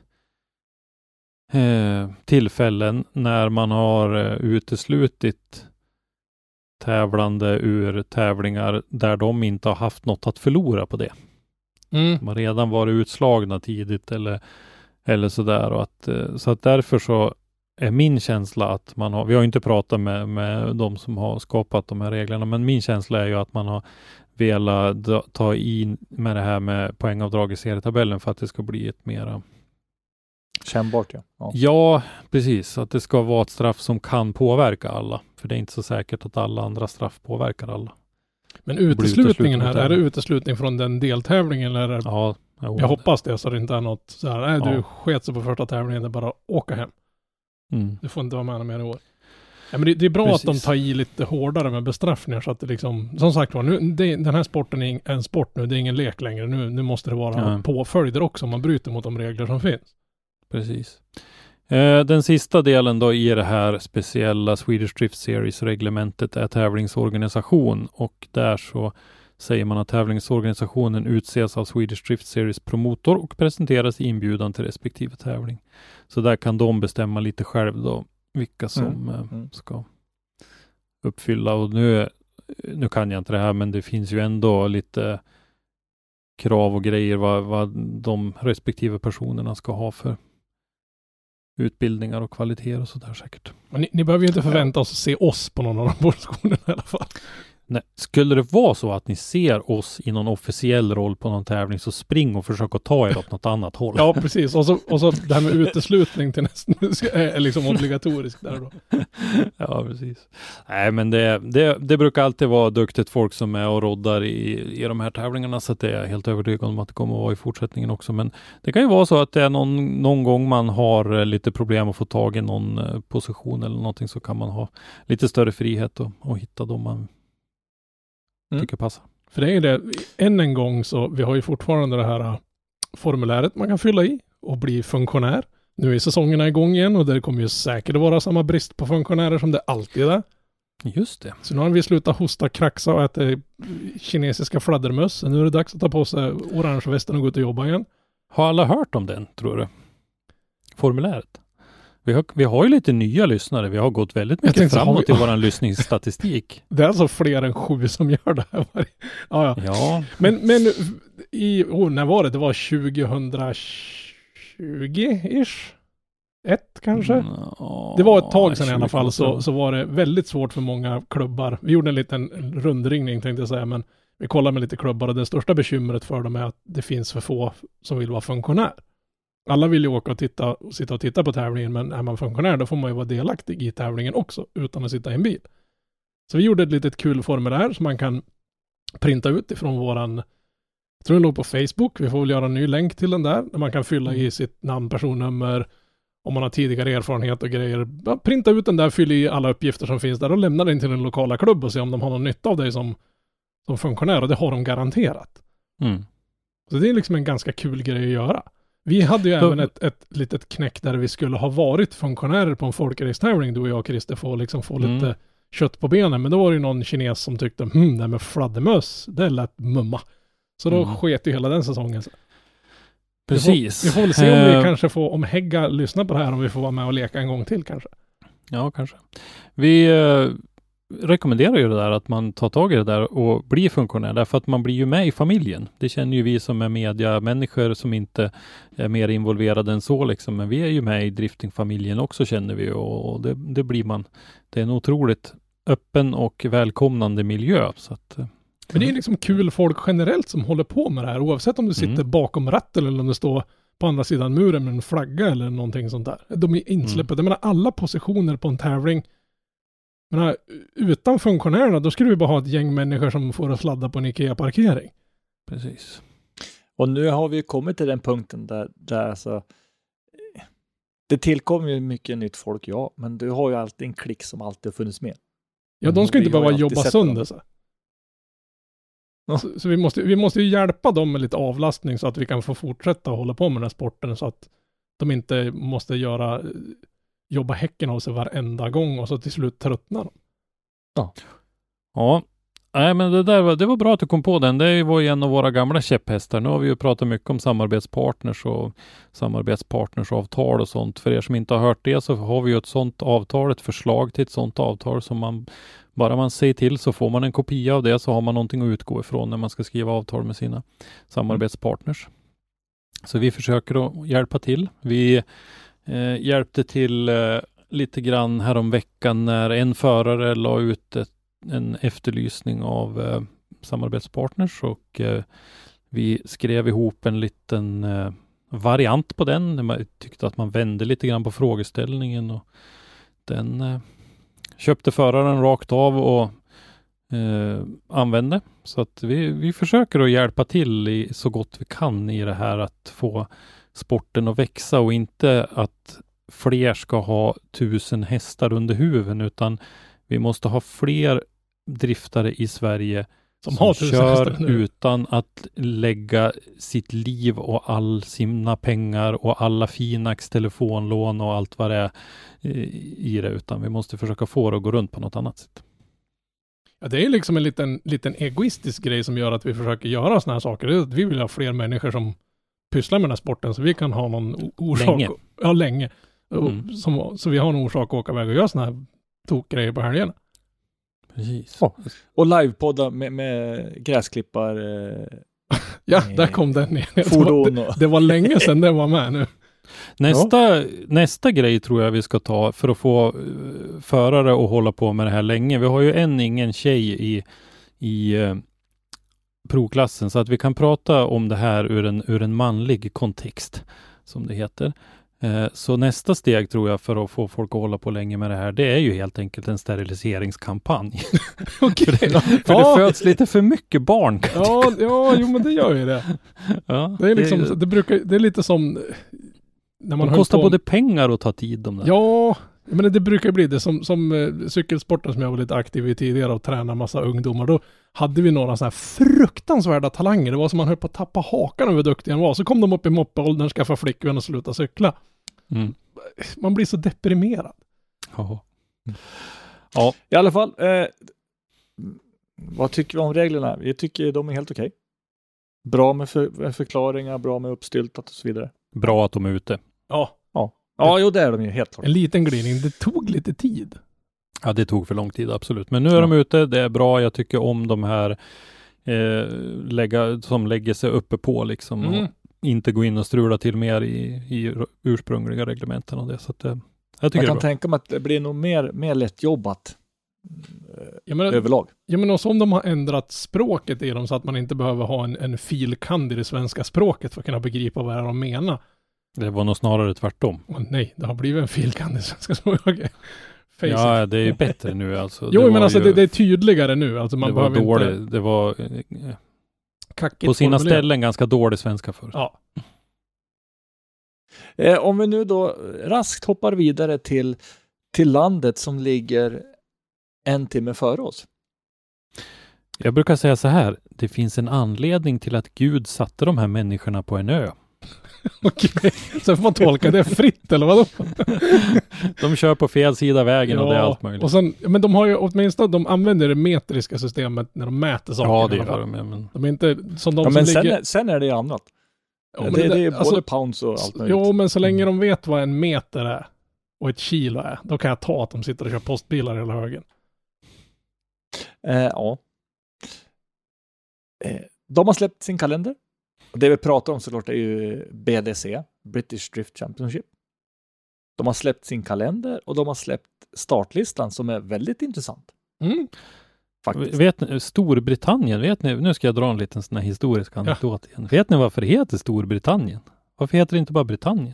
tillfällen när man har uteslutit tävlande ur tävlingar där de inte har haft något att förlora på det. De har redan varit utslagna tidigt eller sådär och så att därför så är min känsla att vi har inte pratat med de som har skapat de här reglerna, men min känsla är ju att man har velat ta in med det här med poängavdrag i serietabellen för att det ska bli ett mera kännbart, ja, precis. Att det ska vara ett straff som kan påverka alla. För det är inte så säkert att alla andra straff påverkar alla. Men uteslutningen här, är det uteslutning från den deltävlingen? Eller? Ja. Jag hoppas det, så det inte är något så här, du sket sig på första tävlingen, det är bara att åka hem. Du får inte vara med mer i år. Ja, men det är bra att de tar i lite hårdare med bestraffningar så att det liksom, som sagt var, den här sporten är en sport nu, det är ingen lek längre. Nu måste det vara påföljder också om man bryter mot de regler som finns. Precis. Den sista delen då i det här speciella Swedish Drift Series-reglementet är tävlingsorganisation och där så säger man att tävlingsorganisationen utses av Swedish Drift Series promotor och presenteras i inbjudan till respektive tävling. Så där kan de bestämma lite själv då vilka som ska uppfylla och nu kan jag inte det här men det finns ju ändå lite krav och grejer vad de respektive personerna ska ha för utbildningar och kvaliteter och sådär säkert. Men ni behöver ju inte förvänta oss att se oss på någon av de positionerna i alla fall. Nej. Skulle det vara så att ni ser oss i någon officiell roll på någon tävling, så spring och försök att ta er åt något annat håll. Ja, precis. Och så det här med uteslutning till nästan är liksom obligatoriskt där då. Ja, precis. Nej, men det brukar alltid vara duktigt folk som är och roddar i de här tävlingarna, så att det är helt övertygad om att det kommer att vara i fortsättningen också. Men det kan ju vara så att det är någon gång man har lite problem att få tag i någon position eller någonting, så kan man ha lite större frihet och hitta dem man tycker passar. För det är det, än en gång, så vi har ju fortfarande det här formuläret man kan fylla i och bli funktionär. Nu är säsongerna igång igen och det kommer ju säkert vara samma brist på funktionärer som det alltid är. Just det. Så nu har vi slutat hosta, kraxa och äta kinesiska fladdermöss. Nu är det dags att ta på sig orange västen och gå ut och jobba igen. Har alla hört om den, tror du? Formuläret? Vi har ju lite nya lyssnare. Vi har gått väldigt mycket framåt i vår lyssningsstatistik. Det är alltså fler än 7 som gör det här. Ja. Men när var det? Det var 2020-ish? Kanske? Det var ett tag sedan i alla fall, så var det väldigt svårt för många klubbar. Vi gjorde en liten rundringning, tänkte jag säga, men vi kollade med lite klubbar och det största bekymret för dem är att det finns för få som vill vara funktionär. Alla vill ju åka och sitta och titta på tävlingen, men är man funktionär då får man ju vara delaktig i tävlingen också utan att sitta i en bil. Så vi gjorde ett litet kul formulär som man kan printa ut ifrån våran, jag tror den låg på Facebook, vi får väl göra en ny länk till den där man kan fylla i sitt namn, personnummer, om man har tidigare erfarenhet och grejer. Ja, printa ut den där, fylla i alla uppgifter som finns där och lämna den till den lokala klubb och se om de har någon nytta av dig som funktionär, och det har de garanterat. Så det är liksom en ganska kul grej att göra. Vi hade ju även ett litet knäck där vi skulle ha varit funktionärer på en folkracetävling, du och jag och Christer, få lite kött på benen, men då var det ju någon kines som tyckte det här med fladdermöss, det lät mumma. Så då sket ju hela den säsongen. Precis. Vi får väl se om vi kanske får, om Hägga lyssnar på det här, om vi får vara med och leka en gång till kanske. Ja, kanske. Vi rekommenderar ju det där att man tar tag i det där och blir funktionär, därför att man blir ju med i familjen. Det känner ju vi som är mediamänniskor som inte är mer involverade än så liksom, men vi är ju med i driftingfamiljen också, känner vi, och det blir man. Det är en otroligt öppen och välkomnande miljö, så att men det är liksom kul folk generellt som håller på med det här, oavsett om du sitter bakom ratten eller om du står på andra sidan muren med en flagga eller någonting sånt där. De är insläppade. Jag menar, alla positioner på en tävling. Utan funktionärerna, då skulle vi bara ha ett gäng människor som får att sladda på en IKEA-parkering. Precis. Och nu har vi kommit till den punkten där alltså, det tillkommer ju mycket nytt folk, ja, men du har ju alltid en klick som alltid har funnits med. Ja, de ska inte behöva jobba sönder sig. Så vi måste ju hjälpa dem med lite avlastning så att vi kan få fortsätta hålla på med den här sporten, så att de inte måste jobba häcken av sig varenda gång och så till slut tröttnar de. Ja. Nej, men det var bra att du kom på den. Det var ju en av våra gamla käpphästar. Nu har vi ju pratat mycket om samarbetspartnersavtal och sånt. För er som inte har hört det, så har vi ju ett sånt avtal, ett förslag till ett sånt avtal som bara man säger till så får man en kopia av det, så har man någonting att utgå ifrån när man ska skriva avtal med sina samarbetspartners. Så vi försöker att hjälpa till. Vi hjälpte till lite grann här om veckan när en förare la ut en efterlysning av samarbetspartners, och vi skrev ihop en liten variant på den. Man tyckte att man vände lite grann på frågeställningen, och den köpte föraren rakt av och använde. Så att vi försöker att hjälpa till så gott vi kan i det här, att få sporten att växa, och inte att fler ska ha 1000 hästar under huven, utan vi måste ha fler driftare i Sverige som kör utan att lägga sitt liv och all sina pengar och alla Finax telefonlån och allt vad det är i det, utan vi måste försöka få det att gå runt på något annat sätt. Ja, det är liksom en liten egoistisk grej som gör att vi försöker göra såna här saker. Det är att vi vill ha fler människor som pysslar med den här sporten, så vi kan ha någon orsak. Länge. Så vi har en orsak att åka iväg och göra såna här tokgrejer på helgen. Precis. Och livepodda med gräsklippar Ja, där kom den igen. Fordon och... Det var länge sedan den var med nu. Nästa grej tror jag vi ska ta för att få förare att hålla på med det här länge. Vi har ju ingen tjej i provklassen, så att vi kan prata om det här ur en manlig kontext, som det heter. Så nästa steg tror jag för att få folk att hålla på länge med det här, det är ju helt enkelt en steriliseringskampanj. Okej. För det föds lite för mycket barn. Jo, men det gör ju det. Ja, Det är liksom, det är lite som när man det kostar både pengar och ta tid de där. Ja, men det brukar bli det som cykelsporten som jag var lite aktiv i tidigare och träna massa ungdomar. Då hade vi några så här fruktansvärda talanger. Det var som man höll på att tappa hakan över hur duktig han var. Så kom de upp i moppeåldern, skaffa flickvän och sluta cykla. Mm. Man blir så deprimerad. Ja, i alla fall. Vad tycker vi om reglerna? Vi tycker de är helt okej. Bra med förklaringar, bra med uppstyltat och så vidare. Bra att de är ute. Ja, jo, det är de ju helt klart. En liten glidning, det tog lite tid. Ja, det tog för lång tid, absolut. Men nu är de ute, det är bra. Jag tycker om de här som lägger sig uppe på liksom. Och inte gå in och strula till mer i ursprungliga reglementen och det. Så att, jag tycker man kan tänka mig att det blir nog mer lättjobbat överlag. Ja, men också om de har ändrat språket i dem så att man inte behöver ha en filkand i det svenska språket för att kunna begripa vad de menar. Det var nog snarare tvärtom. Nej, det har blivit en filkand i svenska språket. Ja, det är ju bättre nu alltså. Jo, men alltså det är tydligare nu. Alltså man behöver dåligt, inte... Det var kackigt på sina formulerat. ställen ganska dålig svenska för. Ja. Om vi nu då raskt hoppar vidare till landet som ligger 1 timme före oss. Jag brukar säga så här. Det finns en anledning till att Gud satte de här människorna på en ö. Okej, så får man tolka det fritt eller vadå? De kör på fel sida vägen och det är allt möjligt. Och sen, men de har ju åtminstone, de använder det metriska systemet när de mäter saker. Ja, det gör de. Men... De är inte som de men som ligger... sen är det annat. Ja, det är alltså, både pounds och allt möjligt. Jo, men så länge de vet vad en meter är och ett kilo är, då kan jag ta att de sitter och kör postbilar hela högen. Ja. De har släppt sin kalender. Det vi pratar om såklart är ju BDC, British Drift Championship. De har släppt sin kalender och de har släppt startlistan som är väldigt intressant. Faktiskt. Vet ni, Storbritannien, vet ni, nu ska jag dra en liten sån här historisk anekdot igen. Vet ni varför det heter Storbritannien? Varför heter det inte bara Britannien?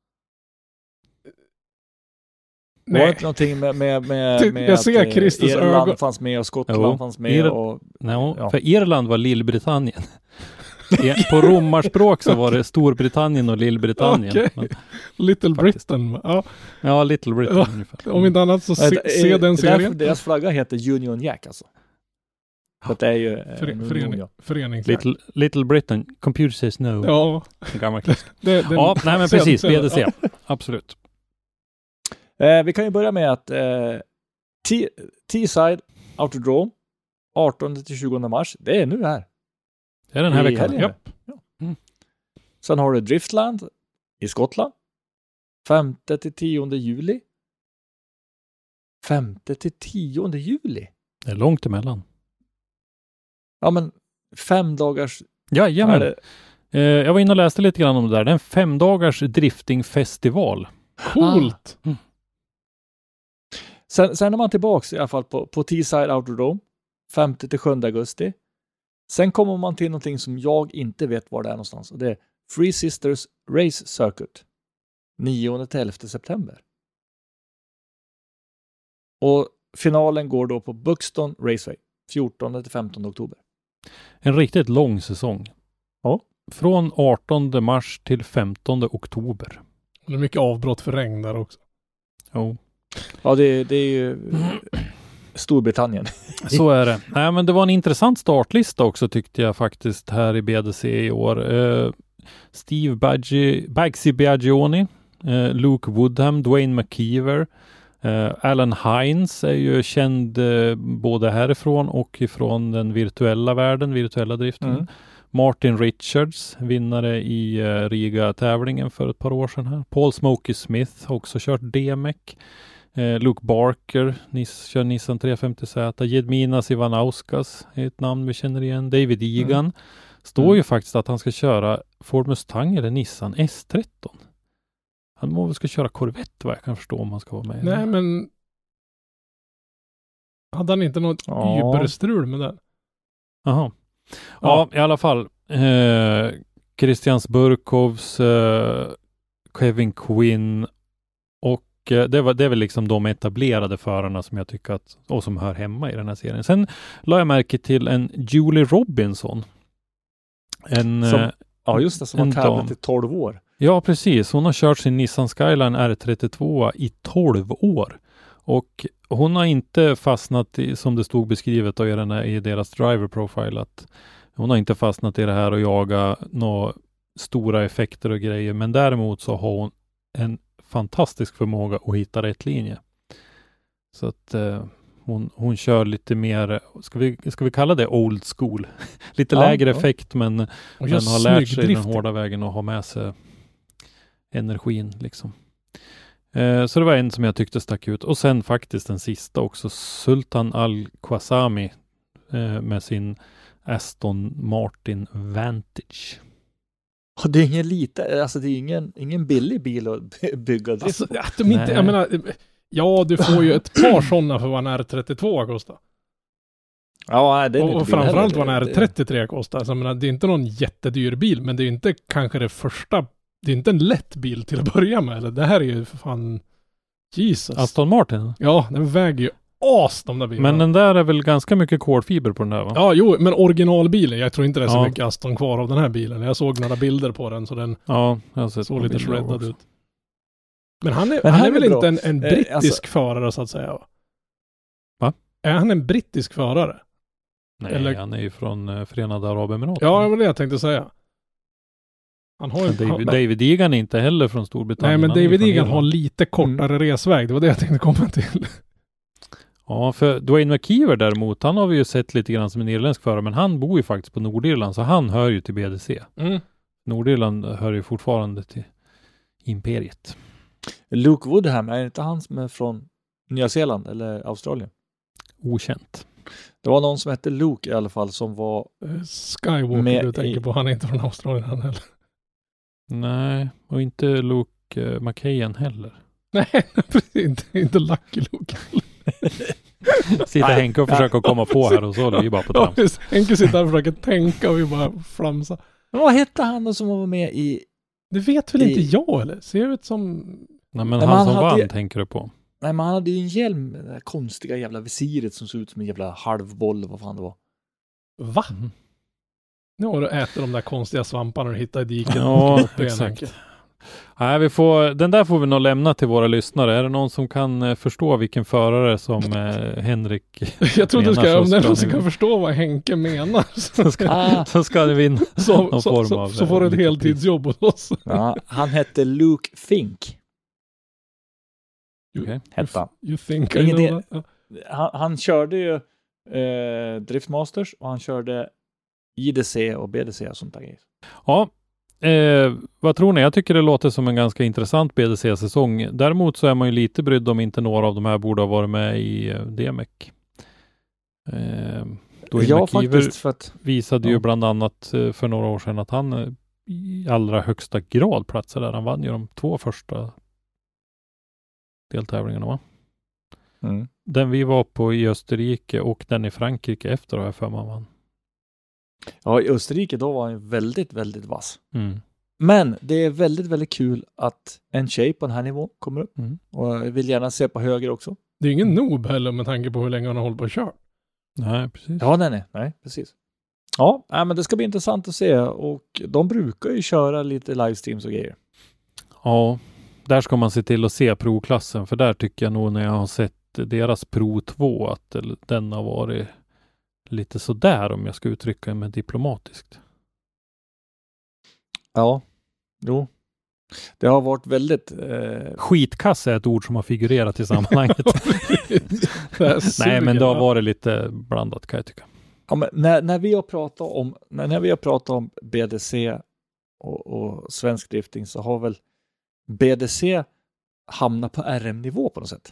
Var det inte någonting med jag ser att Kristus Irland ögon. fanns med och Skottland fanns med och... För Irland var Lillbritannien. På romarspråk så var det Storbritannien och Lillbritannien. Okay. Little Britain. Ja, Little Britain ungefär. Om inte annat så se den serien. Deras flagga heter Union Jack alltså. Så det är ju förening. Little Britain, computer says no. Ja. Gammal klass. Ja, nej men precis, BDC. Ja. Absolut. Vi kan ju börja med att Teesside Autodrome 18-20 mars, det är nu här. Det är den här veckan. Ja. Sen har du Driftland i Skottland 5-10 juli. 5-10 juli? Det är långt emellan. Ja, men 5 dagars... Jajamän. Jag var inne och läste lite grann om det där. Det är en 5 dagars driftingfestival. Coolt! Sen är man tillbaka i alla fall på Teesside Autodrome 5-7 augusti. Sen kommer man till någonting som jag inte vet var det är någonstans. Och det är Three Sisters Race Circuit 9-11 september. Och finalen går då på Buxton Raceway 14-15 oktober. En riktigt lång säsong. Ja. Från 18 mars till 15 oktober. Det är mycket avbrott för regn där också. Jo. Ja, det är ju Storbritannien. Så är det. Nej, men det var en intressant startlista också tyckte jag faktiskt här i BDC i år. Steve Baggsy Biagioni, Luke Woodham, Dwayne McKeever, Alan Hines är ju känd både härifrån och ifrån den virtuella världen, virtuella driften. Martin Richards, vinnare i Riga-tävlingen för ett par år sedan här. Paul Smokey Smith har också kört DMEC. Luke Barker kör Nissan 350Z. Jedminas Ivanauskas är ett namn vi känner igen. David Egan Står ju faktiskt att han ska köra Ford Mustang eller Nissan S13. Han må väl ska köra Corvette, vad jag kan förstå, om han ska vara med. Nej, men hade han inte något überstrul med den? Jaha. Ja, i alla fall. Christian Burkovs, Kevin Quinn och det är väl liksom de etablerade förarna som jag tycker att, och som hör hemma i den här serien. Sen la jag märke till en Julie Robinson. Just det, som har tävlat i 12 år. Ja, precis. Hon har kört sin Nissan Skyline R32 i 12 år. Och hon har inte fastnat i, som det stod beskrivet i deras driver profile, att hon har inte fastnat i det här och jaga några stora effekter och grejer. Men däremot så har hon en fantastisk förmåga att hitta rätt linje. Så att hon kör lite mer, ska vi kalla det old school? Lite lägre effekt, men har lärt sig den hårda vägen och ha med sig energin liksom. Så det var en som jag tyckte stack ut. Och sen faktiskt den sista också, Sultan Al-Qasami med sin Aston Martin Vantage. Och det är ingen det är ingen billig bil att bygga. Alltså, att de inte, jag menar, ja, du får ju ett par sådana för vad en R32 kostar. Ja, det är och framförallt vad en R33 kostar. Så jag menar, det är inte någon jättedyr bil, men det är inte kanske det första. Det är inte en lätt bil till att börja med. Eller? Det här är ju för fan Jesus. Aston Martin? Ja, den väger ju de där bilarna. Men den där är väl ganska mycket kolfiber på den där, va? Ja, jo, men originalbilen. Jag tror inte det är så mycket Aston kvar av den här bilen. Jag såg några bilder på den, så den såg lite shreddad ut. Men han är väl inte en brittisk förare, så att säga? Va? Är han en brittisk förare? Nej, eller? Han är ju från Förenade Arabemiraten. Ja, det var det jag tänkte säga. Han har ju, David Egan är inte heller från Storbritannien. Nej, men David Egan har lite kortare resväg. Det var det jag tänkte komma till. Ja, för Dwayne McKeever däremot, han har vi ju sett lite grann som en irländsk förare, men han bor ju faktiskt på Nordirland, så han hör ju till BDC. Nordirland hör ju fortfarande till imperiet. Luke Woodham, är inte han som är från Nya Zeeland eller Australien? Okänt. Det var någon som hette Luke i alla fall som var Skywalker du tänker på. Han är inte från Australien heller. Nej, och inte Luke McKayen heller. Nej, precis. Inte Lucky Luke. Sitter Henke och försöker komma på här och så, det är ju bara på trams. Henke sitter här och försöker tänka och vi bara flamsa. Men vad hette han då som var med i... Det vet väl inte jag, eller? Ser ut som... Nej, men han som vann tänker du på. Nej, men han hade ju en hjälm med det där konstiga jävla visiret som såg ut som en jävla halvboll, vad fan det var. Va? Nu har du ätit de där konstiga svamparna och hittat i diken. Ja, exakt. Nej, den där får vi nog lämna till våra lyssnare. Är det någon som kan förstå vilken förare som Henrik jag tror du ska, om det är någon som kan förstå vad Henke menar så ska det vinna någon form av... Så får du ett heltidsjobb hos oss. Ja, han hette Luke Fink. Okay. You think I know that? Han körde ju Driftmasters och han körde IDC och BDC och sånt där. Ja, vad tror ni? Jag tycker det låter som en ganska intressant BDC-säsong. Däremot så är man ju lite brydd om inte några av de här borde ha varit med i DMEC. Ja, faktiskt. För att, visade ju bland annat för några år sedan att han i allra högsta grad platsade där. Han vann ju de 2 första deltävlingarna, va? Den vi var på i Österrike och den i Frankrike efter har jag för mig vann. Ja, i Österrike då var han väldigt, väldigt vass. Men det är väldigt, väldigt kul att en tjej på den här nivån kommer upp. Och jag vill gärna se på höger också. Det är ingen noob heller med tanke på hur länge han har hållit på att köra. Nej, precis. Ja, nej, precis. Ja, men det ska bli intressant att se. Och de brukar ju köra lite livestreams och grejer. Ja, där ska man se till att se provklassen. För där tycker jag nog när jag har sett deras Pro 2 att den har varit lite sådär, om jag ska uttrycka mig diplomatiskt. Ja, jo. Det har varit väldigt... Skitkass är ett ord som har figurerat i sammanhanget. Nej, men det har varit lite blandat, kan jag tycka. Ja, men när vi har pratat om BDC och svensk drifting, så har väl BDC hamnat på RM-nivå på något sätt.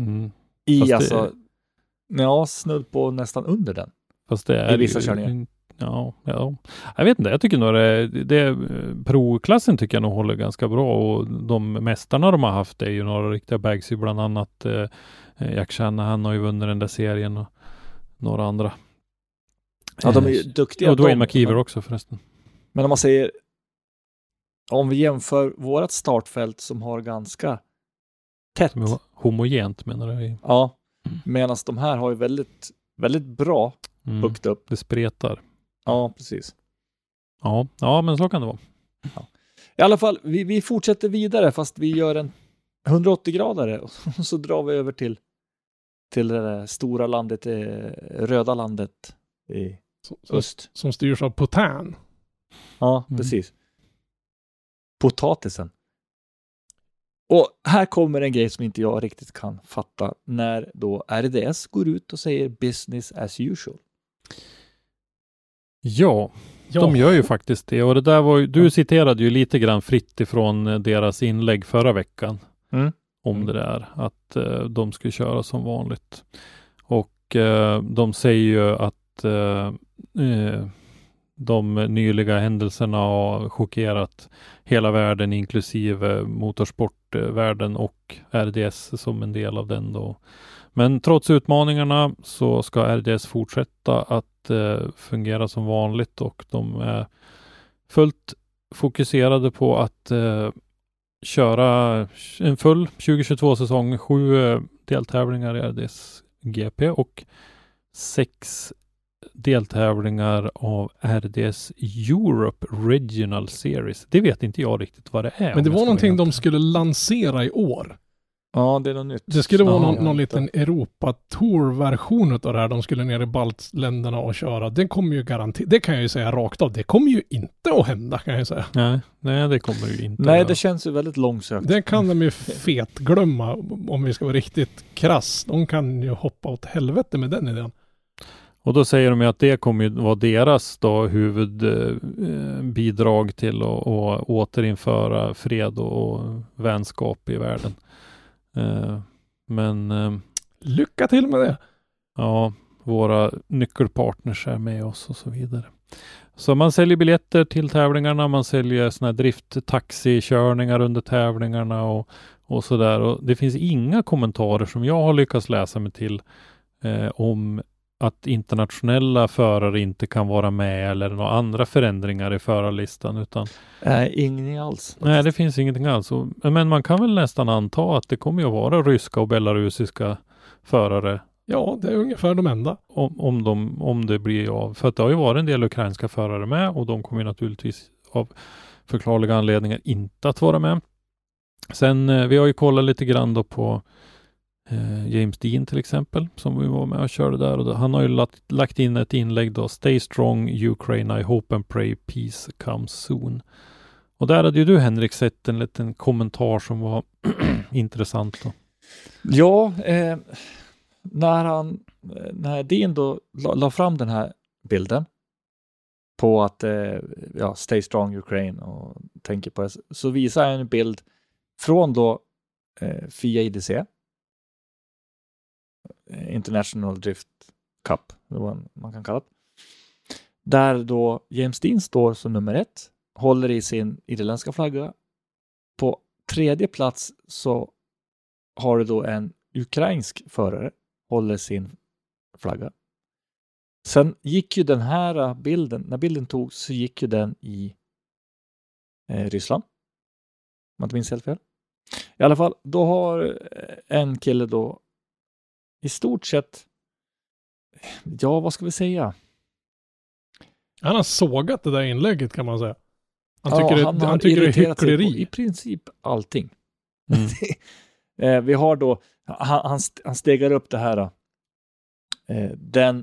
Fast snudd på nästan under den. Fast det är i vissa körningar. Ja. Jag vet inte, jag tycker nog det pro-klassen tycker jag nog håller ganska bra, och de mästarna de har haft är ju några riktiga bags, bland annat Jack Shanahan har ju vunnit den där serien och några andra. Ja, de är ju duktiga. Och Dwayne McKeever också förresten. Men om man säger, om vi jämför vårat startfält som har ganska tätt. Homogent menar du? Ja, medan de här har ju väldigt, väldigt bra högt upp. Det spretar. Ja, precis. Ja, men så kan det vara. Ja. I alla fall, vi fortsätter vidare fast vi gör en 180-gradare och så drar vi över till det där stora landet, röda landet i öst. Som styrs av Potan. Ja, precis. Potatisen. Och här kommer en grej som inte jag riktigt kan fatta, när då RDS går ut och säger business as usual. Ja, de gör ju faktiskt det. Och det där var ju, du citerade ju lite grann fritt ifrån deras inlägg förra veckan om det där, att de skulle köra som vanligt. Och de säger ju att de nyliga händelserna har chockerat hela världen, inklusive motorsportvärlden och RDS som en del av den då. Men trots utmaningarna så ska RDS fortsätta att fungera som vanligt, och de är fullt fokuserade på att köra en full 2022-säsong, 7 deltävlingar i RDS GP och 6 deltävlingar av RDS Europe Regional Series. Det vet inte jag riktigt vad det är. Men det var någonting de skulle lansera i år. Ja, det är något nytt. Det skulle vara någon liten Europa-tour-version av det här. De skulle ner i baltländerna och köra. Det kommer ju garanterat, det kan jag ju säga rakt av. Det kommer ju inte att hända, kan jag säga. Nej, det kommer ju inte. Nej, det känns ju väldigt långsökt. Det kan de ju glömma om vi ska vara riktigt krass. De kan ju hoppa åt helvete med den idén. Och då säger de ju att det kommer ju vara deras då huvudbidrag till att återinföra fred och vänskap i världen. Men lycka till med det. Ja, våra nyckelpartners är med oss och så vidare. Så man säljer biljetter till tävlingarna, man säljer såna här drifttaxikörningar under tävlingarna och sådär. Och det finns inga kommentarer som jag har lyckats läsa mig till om att internationella förare inte kan vara med eller några andra förändringar i förarlistan, utan ingenting alls. Nej, det finns ingenting alls. Men man kan väl nästan anta att det kommer ju att vara ryska och belarusiska förare. Ja, det är ungefär de enda. Om det blir av. För att det har ju varit en del ukrainska förare med, och de kommer naturligtvis av förklarliga anledningar inte att vara med. Sen, vi har ju kollat lite grann då på James Dean till exempel, som vi var med och körde där, och han har ju lagt in ett inlägg då: Stay strong Ukraine, I hope and pray peace comes soon. Och där hade ju du, Henrik, sett en liten kommentar som var intressant då. Ja, när Dean då la fram den här bilden på att Stay strong Ukraine och tänker på det, så visar jag en bild från då FIA IDC, International Drift Cup, det var man kan kalla det. Där då James Dean står som nummer 1, håller i sin irländska flagga. På 3:e plats så har du då en ukrainsk förare, håller sin flagga. Sen gick ju den här bilden, när bilden togs så gick ju den i Ryssland. Om man inte minns helt fel. I alla fall, då har en kille då i stort sett, ja, vad ska vi säga? Han har sågat det där inlägget, kan man säga. Han tycker det är hyckleri. I princip allting. Vi har då, han stegar upp det här. Den,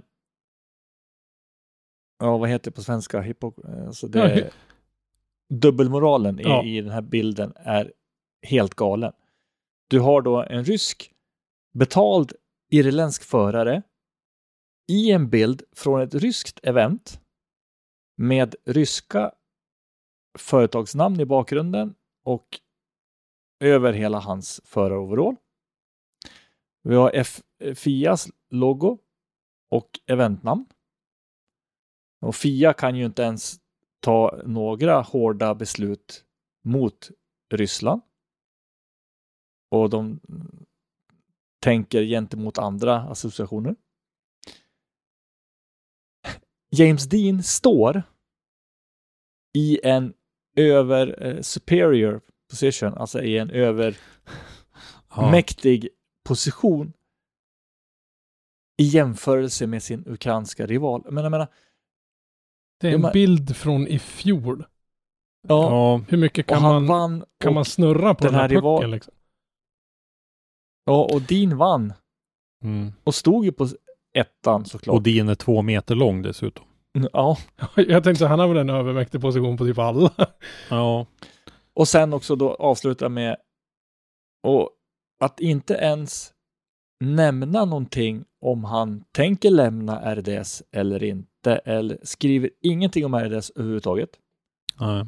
vad heter det på svenska? Alltså dubbelmoralen i den här bilden är helt galen. Du har då en rysk betald irländsk förare i en bild från ett ryskt event med ryska företagsnamn i bakgrunden och över hela hans föraroverall. Vi har FIAs logo och eventnamn. Och FIA kan ju inte ens ta några hårda beslut mot Ryssland. Och de tänker gentemot andra associationer. James Dean står i en superior position, alltså i en övermäktig position i jämförelse med sin ukrainska rival. Men jag menar, det är en bild från i fjol. Ja. Hur mycket kan man snurra på den här pucken liksom? Ja, och Dean vann. Och stod ju på ettan såklart. Och Dean är 2 meter lång dessutom. Ja. Jag tänkte han har väl en övermäktig position på typ alla. Ja. Och sen också då avsluta med och att inte ens nämna någonting om han tänker lämna RDS eller inte, eller skriver ingenting om RDS överhuvudtaget. Nej.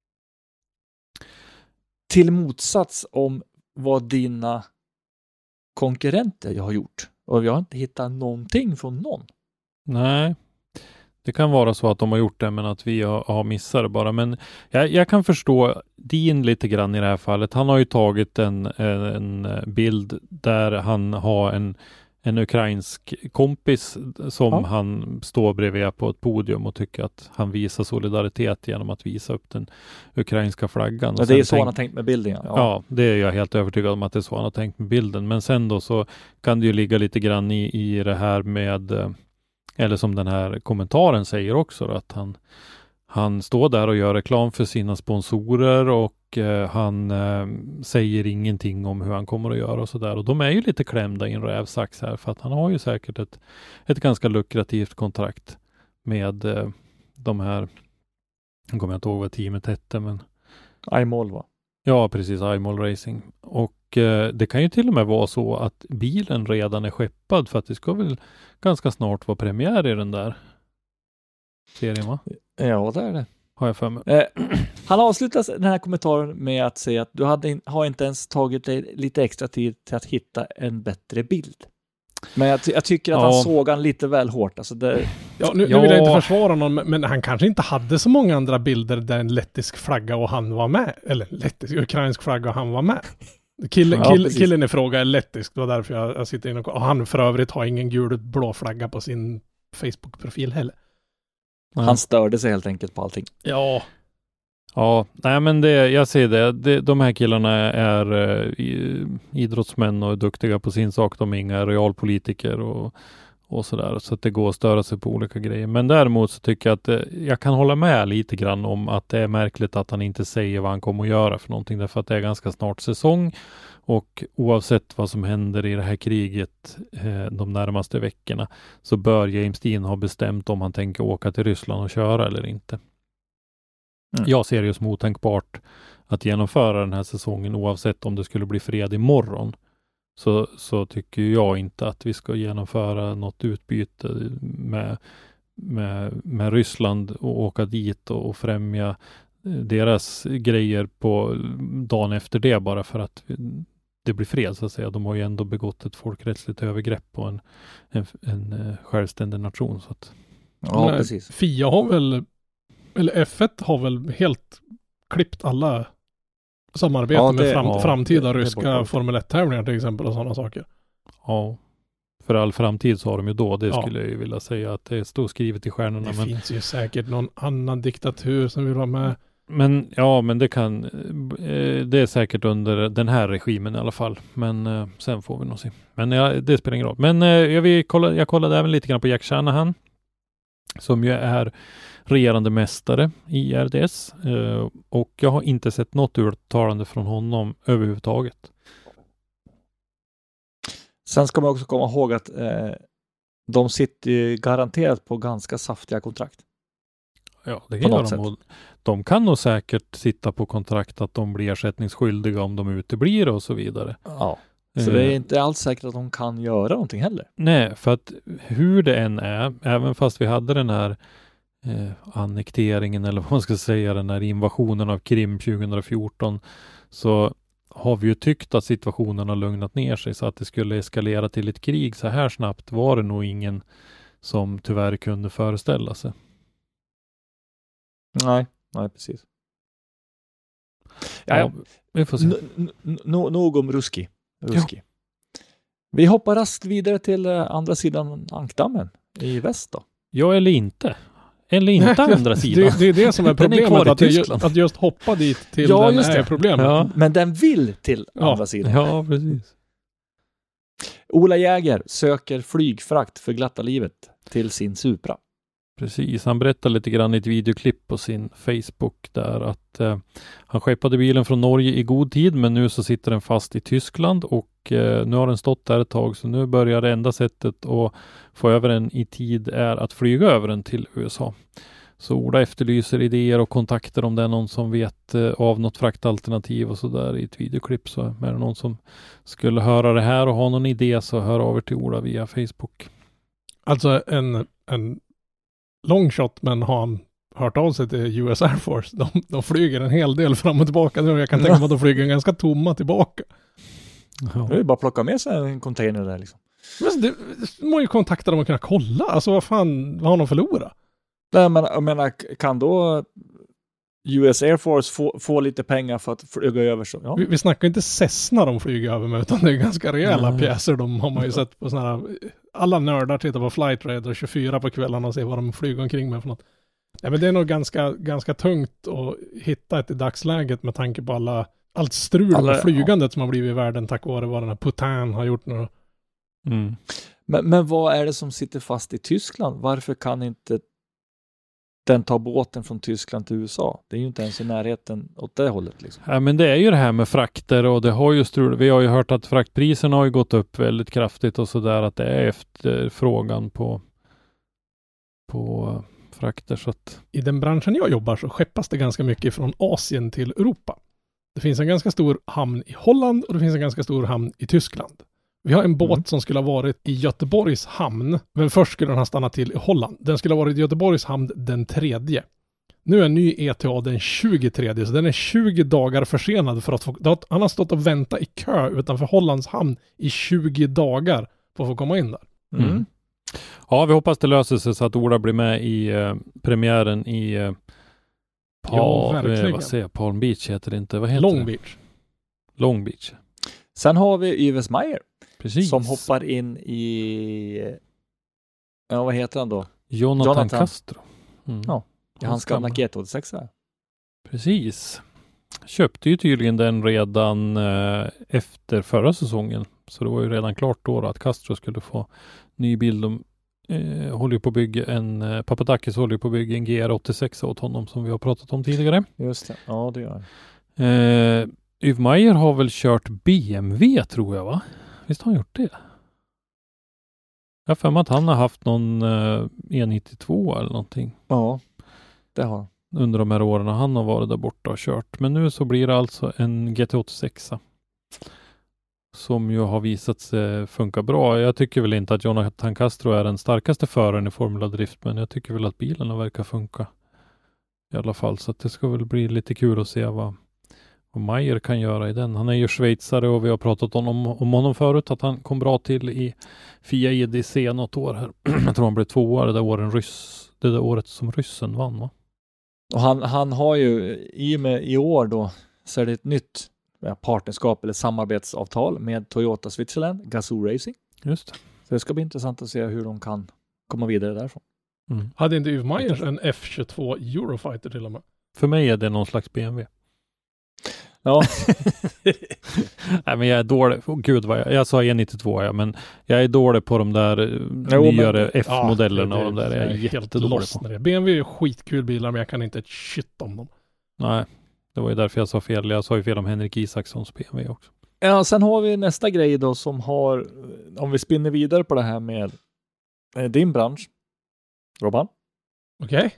Till motsats om vad dina konkurrenter har gjort. Och vi har inte hittat någonting från någon. Nej. Det kan vara så att de har gjort det, men att vi har missat det bara. Men jag kan förstå Dean lite grann i det här fallet. Han har ju tagit en bild där han har en ukrainsk kompis som han står bredvid på ett podium och tycker att han visar solidaritet genom att visa upp den ukrainska flaggan. Ja, det är så han har tänkt med bilden. Ja, det är jag helt övertygad om att det är så han har tänkt med bilden. Men sen då så kan det ju ligga lite grann i det här med, eller som den här kommentaren säger också, att han står där och gör reklam för sina sponsorer och han säger ingenting om hur han kommer att göra och sådär. Och de är ju lite klämda i en rävsax här, för att han har ju säkert ett ganska lukrativt kontrakt med de här, jag kommer inte ihåg vad teamet hette, men iMall va? Ja, precis, iMall Racing. Och det kan ju till och med vara så att bilen redan är skeppad, för att det ska väl ganska snart vara premiär i den där serien, va? Ja, det är det. Har jag för mig. Han avslutar den här kommentaren med att säga att du har inte ens tagit dig lite extra tid till att hitta en bättre bild. Men jag tycker att han såg han lite väl hårt. Alltså nu vill jag inte försvara någon, men han kanske inte hade så många andra bilder där en lettisk flagga och han var med. Eller ukrainsk flagga och han var med. Killen i fråga är lettisk. Det var därför jag sitter inne och han för övrigt har ingen gul-blå flagga på sin Facebook-profil heller. Han störde sig helt enkelt på allting. Ja. Ja, nej men jag ser det. De här killarna är idrottsmän och är duktiga på sin sak. De är inga realpolitiker och sådär. Så att det går att störa sig på olika grejer. Men däremot så tycker jag att jag kan hålla med lite grann om att det är märkligt att han inte säger vad han kommer att göra för någonting. Därför att det är ganska snart säsong. Och oavsett vad som händer i det här kriget de närmaste veckorna, så bör James Dean ha bestämt om han tänker åka till Ryssland och köra eller inte. Jag ser det som otänkbart att genomföra den här säsongen oavsett om det skulle bli fred imorgon. Så tycker jag inte att vi ska genomföra något utbyte med Ryssland och åka dit och främja deras grejer på dagen efter det, bara för att det blir fred så att säga. De har ju ändå begått ett folkrättsligt övergrepp på en självständig nation. Så att. Ja, precis. FIA har väl, eller F1 har väl helt klippt alla samarbeten med framtida ryska Formel 1-tävlingar till exempel och sådana saker. Ja, för all framtid så har de ju då. Det skulle jag ju vilja säga att det står skrivet i stjärnorna. Det finns ju säkert någon annan diktatur som vill vara med. Men det är säkert under den här regimen i alla fall. Men sen får vi nog se. Men det spelar ingen roll. Men jag kollade även lite grann på Jack Shanahan, som ju är regerande mästare i RDS. Och jag har inte sett något uttalande från honom överhuvudtaget. Sen ska man också komma ihåg att de sitter garanterat på ganska saftiga kontrakt. Ja, det kan de. De kan nog säkert sitta på kontrakt att de blir ersättningsskyldiga om de uteblir och så vidare. Ja, så det är inte alls säkert att de kan göra någonting heller. Nej, för att hur det än är, även fast vi hade den här annekteringen, eller vad man ska säga, den här invasionen av Krim 2014, så har vi ju tyckt att situationen har lugnat ner sig, så att det skulle eskalera till ett krig så här snabbt var det nog ingen som tyvärr kunde föreställa sig. Nej, precis. Ja, vi får se. Nog om Ruski. Vi hoppar raskt vidare till andra sidan Ankdammen i väst då. Ja, eller inte. Eller inte andra sidan. Det är det som är problemet, att just hoppa dit till den just är problemet. Ja. Men den vill till andra sidan. Ja, precis. Ola Jäger söker flygfrakt för glatta livet till sin Supra. Precis, han berättar lite grann i ett videoklipp på sin Facebook där att han skeppade bilen från Norge i god tid, men nu så sitter den fast i Tyskland och nu har den stått där ett tag, så nu börjar det enda sättet att få över den i tid är att flyga över den till USA. Så Ola efterlyser idéer och kontakter om det är någon som vet av något fraktalternativ och sådär i ett videoklipp. Så är det någon som skulle höra det här och ha någon idé, så hör av er till Ola via Facebook. Alltså en long shot, men har han hört av sig till US Air Force? De flyger en hel del fram och tillbaka nu. Jag kan tänka mig att de flyger ganska tomma tillbaka. Ja. Det är bara att plocka med sig en container där liksom. Men det må ju kontakta dem och kunna kolla. Alltså vad har de förlorat? Nej, men jag menar, kan då US Air Force få lite pengar för att flyga över så? Ja. Vi snackar inte Cessna de flyger över med, utan det är ganska rejäla pjäser. De har man ju sett på sådana här, alla nördar tittar på Flight Radar 24 på kvällarna och ser vad de flyger omkring med för något. Ja, men det är nog ganska tungt att hitta ett i dagsläget med tanke på allt strul med flygandet som har blivit i världen tack vare vad den här Putin har gjort nu. Mm. Men vad är det som sitter fast i Tyskland? Varför kan inte den ta båten från Tyskland till USA? Det är ju inte ens i närheten åt det hållet liksom. Ja, men det är ju det här med frakter och det har ju vi har ju hört att fraktpriserna har ju gått upp väldigt kraftigt och sådär, att det är efterfrågan på frakter. Så att... I den branschen jag jobbar så skeppas det ganska mycket från Asien till Europa. Det finns en ganska stor hamn i Holland och det finns en ganska stor hamn i Tyskland. Vi har en båt som skulle ha varit i Göteborgs hamn, men först skulle den ha stannat till i Holland. Den skulle ha varit i Göteborgs hamn den 3:e. Nu är ny ETA den 23:e, så den är 20 dagar försenad för att han har stått och väntat i kö utanför Hollands hamn i 20 dagar för att få komma in där. Mm. Ja, vi hoppas det löser sig så att Ola blir med i premiären i Palm Beach heter det inte. Vad heter Long det? Beach. Long Beach. Sen har vi Yves Meyer. Precis. Som hoppar in i vad heter han då? Jonathan Castro. Mm. Ja, hans gamla GT86 här. Precis. Köpte ju tydligen den redan efter förra säsongen. Så det var ju redan klart då att Castro skulle få ny bil. De håller ju på att bygga Papadakis håller ju på att bygga en GR86 åt honom som vi har pratat om tidigare. Just det, ja det gör Yves Meyer har väl kört BMW tror jag, va? Visst har han gjort det? Jag har för mig att han har haft någon E92 eller någonting. Ja, det har han. Under de här åren han har varit där borta och kört. Men nu så blir det alltså en GT86 som ju har visat sig funka bra. Jag tycker väl inte att Jonathan Castro är den starkaste föraren i Formula Drift, men jag tycker väl att bilen verkar funka i alla fall. Så att det ska väl bli lite kul att se vad Meyer kan göra i den. Han är ju schweizare och vi har pratat om honom förut, att han kom bra till i FIA EDC något år här. Jag tror han blev 2 det där året som ryssen vann, va? Och han har ju i år då så är det ett nytt partnerskap eller samarbetsavtal med Toyota Switzerland, Gazoo Racing. Just det. Så det ska bli intressant att se hur de kan komma vidare därifrån. Mm. Hade inte Yves Meyer en F22 Eurofighter till och med? För mig är det någon slags BMW. Ja. Nej, men jag är dålig. Gud vad jag sa E92, men jag är dålig på de där nyare F-modellerna och de där är jag jättedålig på. BMW är skitkul bilar, men jag kan inte ett shit om dem. Nej, det var ju därför jag sa fel. Jag sa ju fel om Henrik Isakssons BMW också. Ja, sen har vi nästa grej då som har, om vi spinner vidare på det här med din bransch, Robban. Okej.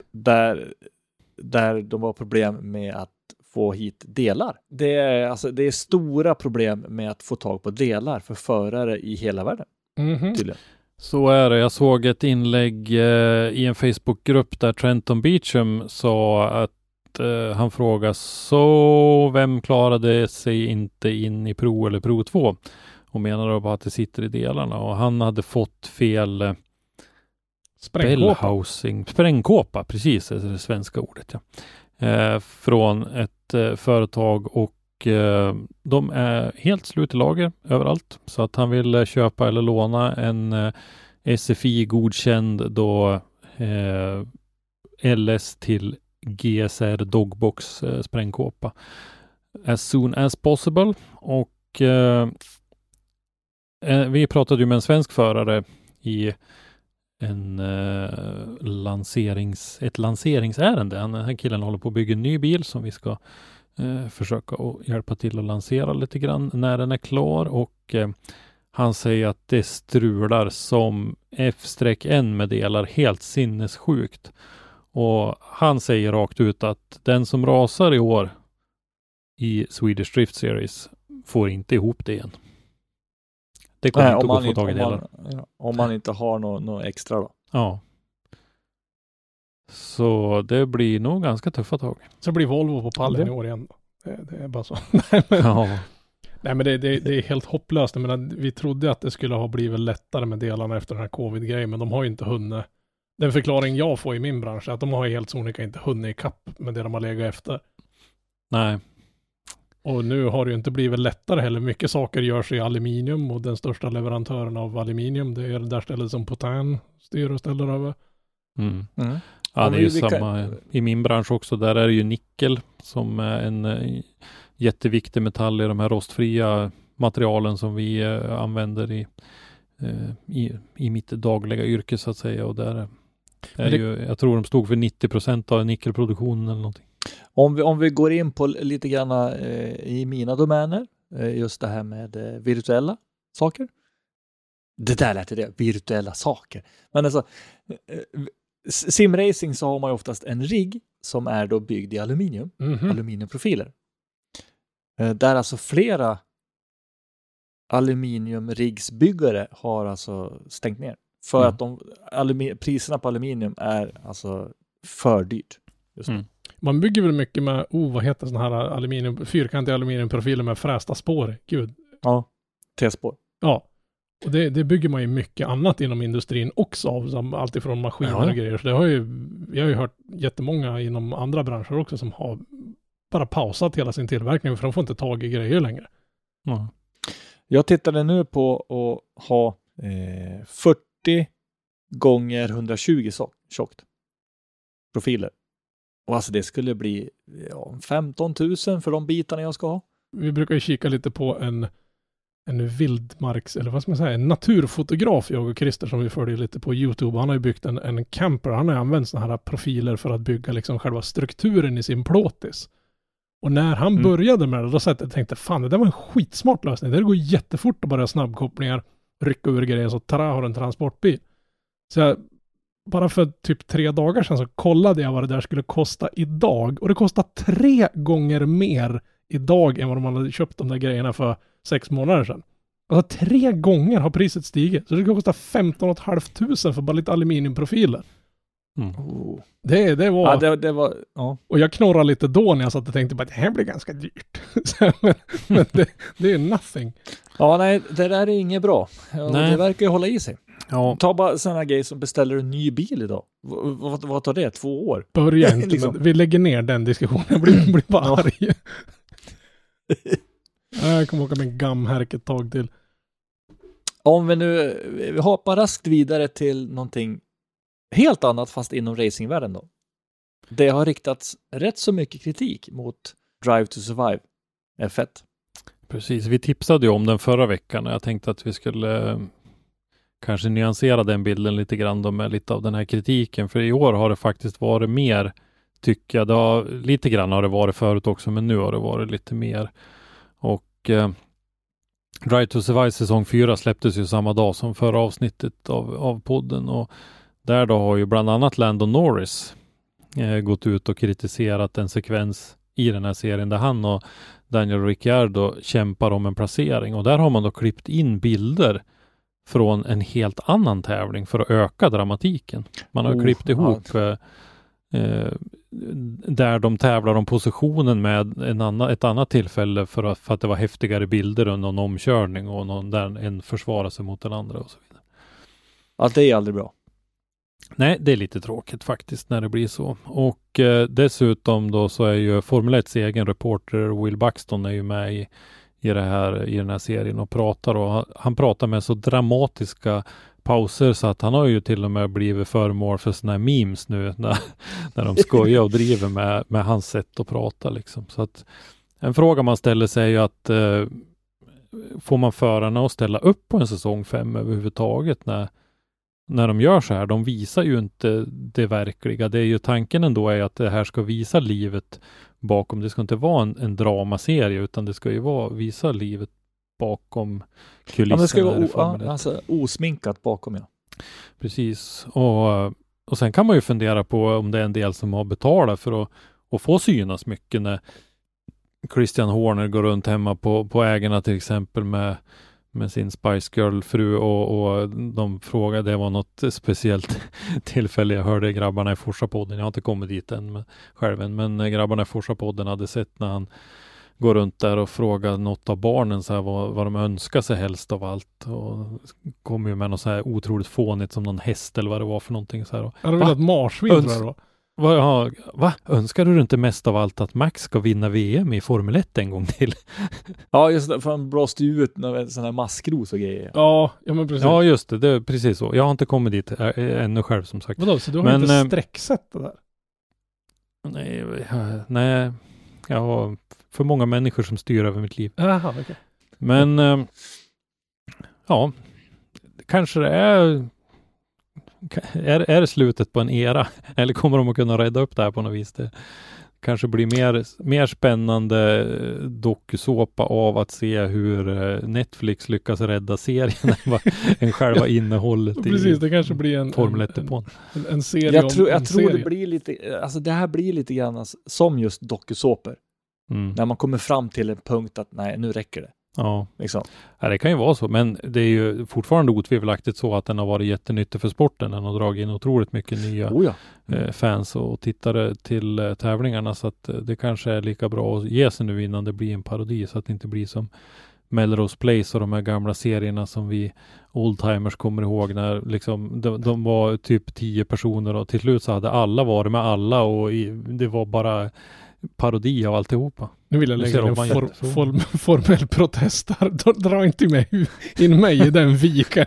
Där de var problem med att få hit delar. Det är stora problem med att få tag på delar för förare i hela världen. Tydligen. Så är det. Jag såg ett inlägg i en Facebookgrupp där Trenton Beecham sa att han frågade så vem klarade sig inte in i Pro eller Pro 2 och menade bara att det sitter i delarna och han hade fått fel Bellhousing, sprängkåpa, precis, är det svenska ordet. Ja. Från ett företag och de är helt slut i lager överallt. Så att han vill köpa eller låna en SFI-godkänd då LS till GSR Dogbox sprängkåpa as soon as possible. Och vi pratade ju med en svensk förare i ett lanseringsärende. Den här killen håller på att bygga en ny bil som vi ska försöka att hjälpa till att lansera lite grann när den är klar, och han säger att det strular som F-N med delar helt sinnessjukt, och han säger rakt ut att den som rasar i år i Swedish Drift Series får inte ihop det igen. Det kommer inte att gå att få tag i delar. Om man inte har något extra då. Ja. Så det blir nog ganska tuffa tag. Så blir Volvo på pallen i år igen då. Det är bara så. Nej, men det är helt hopplöst. Jag menar, vi trodde att det skulle ha blivit lättare med delarna efter den här covid-grejen, men de har ju inte hunnit. Den förklaring jag får i min bransch är att de har helt sonika inte hunnit i kapp med det de har legat efter. Nej. Och nu har det ju inte blivit lättare heller. Mycket saker görs i aluminium, och den största leverantören av aluminium, det är det där stället som Potain styr och ställer över. Mm. Mm. Ja, det är ju samma i min bransch också. Där är det ju nickel som är en jätteviktig metall i de här rostfria materialen som vi använder i mitt dagliga yrke så att säga. Och där är ju, jag tror de stod för 90% av nickelproduktionen eller någonting. Om vi går in på lite grann i mina domäner, just det här med virtuella saker. Det där lät det, virtuella saker. Men alltså, simracing så har man ju oftast en rigg som är då byggd i aluminium, aluminiumprofiler. Där alltså flera aluminiumriggsbyggare har alltså stängt ner. För att priserna på aluminium är alltså för dyrt. Just nu. Man bygger väl mycket med, vad heter sån här fyrkantiga aluminiumprofiler med frästa spår. Gud. Ja, T-spår. Ja, och det bygger man ju mycket annat inom industrin också av, som alltifrån maskiner och grejer. Så jag har ju hört jättemånga inom andra branscher också som har bara pausat hela sin tillverkning för de får inte tag i grejer längre. Mm. Jag tittade nu på att ha 40 gånger 120 tjockt profiler. Och alltså det skulle bli 15 000 för de bitarna jag ska ha. Vi brukar ju kika lite på en vildmarks, eller vad ska man säga, en naturfotograf, jag och Christer, som vi följer lite på YouTube. Han har ju byggt en camper. Han har använt såna här profiler för att bygga liksom själva strukturen i sin plåtis. Och när han började med det, då tänkte jag, fan, det där var en skitsmart lösning. Det går jättefort att bara snabbkopplingar, rycka ur grejer så har en transportbil. Så jag, bara för typ 3 dagar sedan så kollade jag vad det där skulle kosta idag. Och det kostar 3 gånger mer idag än vad de hade köpt de där grejerna för 6 månader sedan. Alltså 3 gånger har priset stigit. Så det kostar 15 500 för bara lite aluminiumprofiler. Det var... Ja, det var... Ja. Och jag knorrade lite då när jag satt och tänkte att det här blir ganska dyrt. men det är nothing. Ja, nej, det där är inget bra. Nej. Det verkar ju hålla i sig. Ja. Ta bara sådana grejer som beställer en ny bil idag. Vad tar det? 2 år? Börja inte liksom. Vi lägger ner den diskussionen. Jag blir bara arg. Jag kommer åka med en gammärk ett tag till. Om vi hoppar raskt vidare till någonting helt annat fast inom racingvärlden då. Det har riktats rätt så mycket kritik mot Drive to Survive F1. Precis, vi tipsade ju om den förra veckan och jag tänkte att vi skulle kanske nyansera den bilden lite grann då med lite av den här kritiken. För i år har det faktiskt varit mer, tycker jag. Lite grann har det varit förut också, men nu har det varit lite mer. Och Drive to Survive säsong 4 släpptes ju samma dag som förra avsnittet av podden. Och där då har ju bland annat Lando Norris gått ut och kritiserat en sekvens i den här serien där han och Daniel Ricciardo kämpar om en placering. Och där har man då klippt in bilder från en helt annan tävling för att öka dramatiken. Man har klippt ihop där de tävlar om positionen med ett annat tillfälle för att det var häftigare bilder under någon omkörning och där en försvarar sig mot den andra och så vidare. Ja, det är aldrig bra. Nej, det är lite tråkigt faktiskt när det blir så. Och dessutom då så är ju Formel 1:s egen reporter Will Buxton är ju med i den här serien och pratar, och han pratar med så dramatiska pauser så att han har ju till och med blivit föremål för såna här memes nu när de skojar och driver med hans sätt att prata liksom. Så att en fråga man ställer sig är ju att får man förarna att ställa upp på en säsong 5 överhuvudtaget när de gör så här? De visar ju inte det verkliga. Det är ju tanken ändå är att det här ska visa livet bakom. Det ska inte vara en dramaserie, utan det ska ju visa livet bakom kulisserna. Ja, det ska vara alltså osminkat bakom, ja. Precis. Och sen kan man ju fundera på om det är en del som har betalat för att få synas mycket, när Christian Horner går runt hemma på ägarna till exempel med sin Spice Girl-fru och de frågade, det var något speciellt tillfälle jag hörde grabbarna i Forsa-podden. Jag har inte kommit dit än själv, men grabbarna i Forsa-podden hade sett när han går runt där och frågar något av barnen så här, vad de önskar sig helst av allt, och kom ju med något så här otroligt fånigt som någon häst eller vad det var för någonting så här. Ja, det var ett marsvin då. Va? Önskar du inte mest av allt att Max ska vinna VM i Formel 1 en gång till? Ja, just det. För han blåste ju ut några sådana här maskros och grejer. Ja, men precis. Ja, just det. Det är precis så. Jag har inte kommit dit ännu själv, som sagt. Vadå? Så du har inte sträcksett det där? Nej. Jag har för många människor som styr över mitt liv. Aha, okay. Men ja, kanske det är det slutet på en era, eller kommer de att kunna rädda upp det här på något vis? Det kanske blir mer spännande dokusåpa av att se hur Netflix lyckas rädda serien än själva innehållet. Precis, det kanske blir en Formel 1 på en serie. Jag tror det blir lite, alltså det här blir lite grann som just dokusåpor. När man kommer fram till en punkt att nej, nu räcker det. Ja. Liksom. Ja, det kan ju vara så, men det är ju fortfarande otvivelaktigt så att den har varit jättenyttig för sporten. Den har dragit in otroligt mycket nya fans och tittare till tävlingarna, så att det kanske är lika bra att ge sig nu innan det blir en parodi, så att det inte blir som Melrose Place och de här gamla serierna som vi oldtimers kommer ihåg, när liksom de var typ 10 personer och till slut så hade alla varit med alla och det var bara parodi av alltihopa. Nu vill jag lägga en formell protest här. Dra inte in mig i den viken.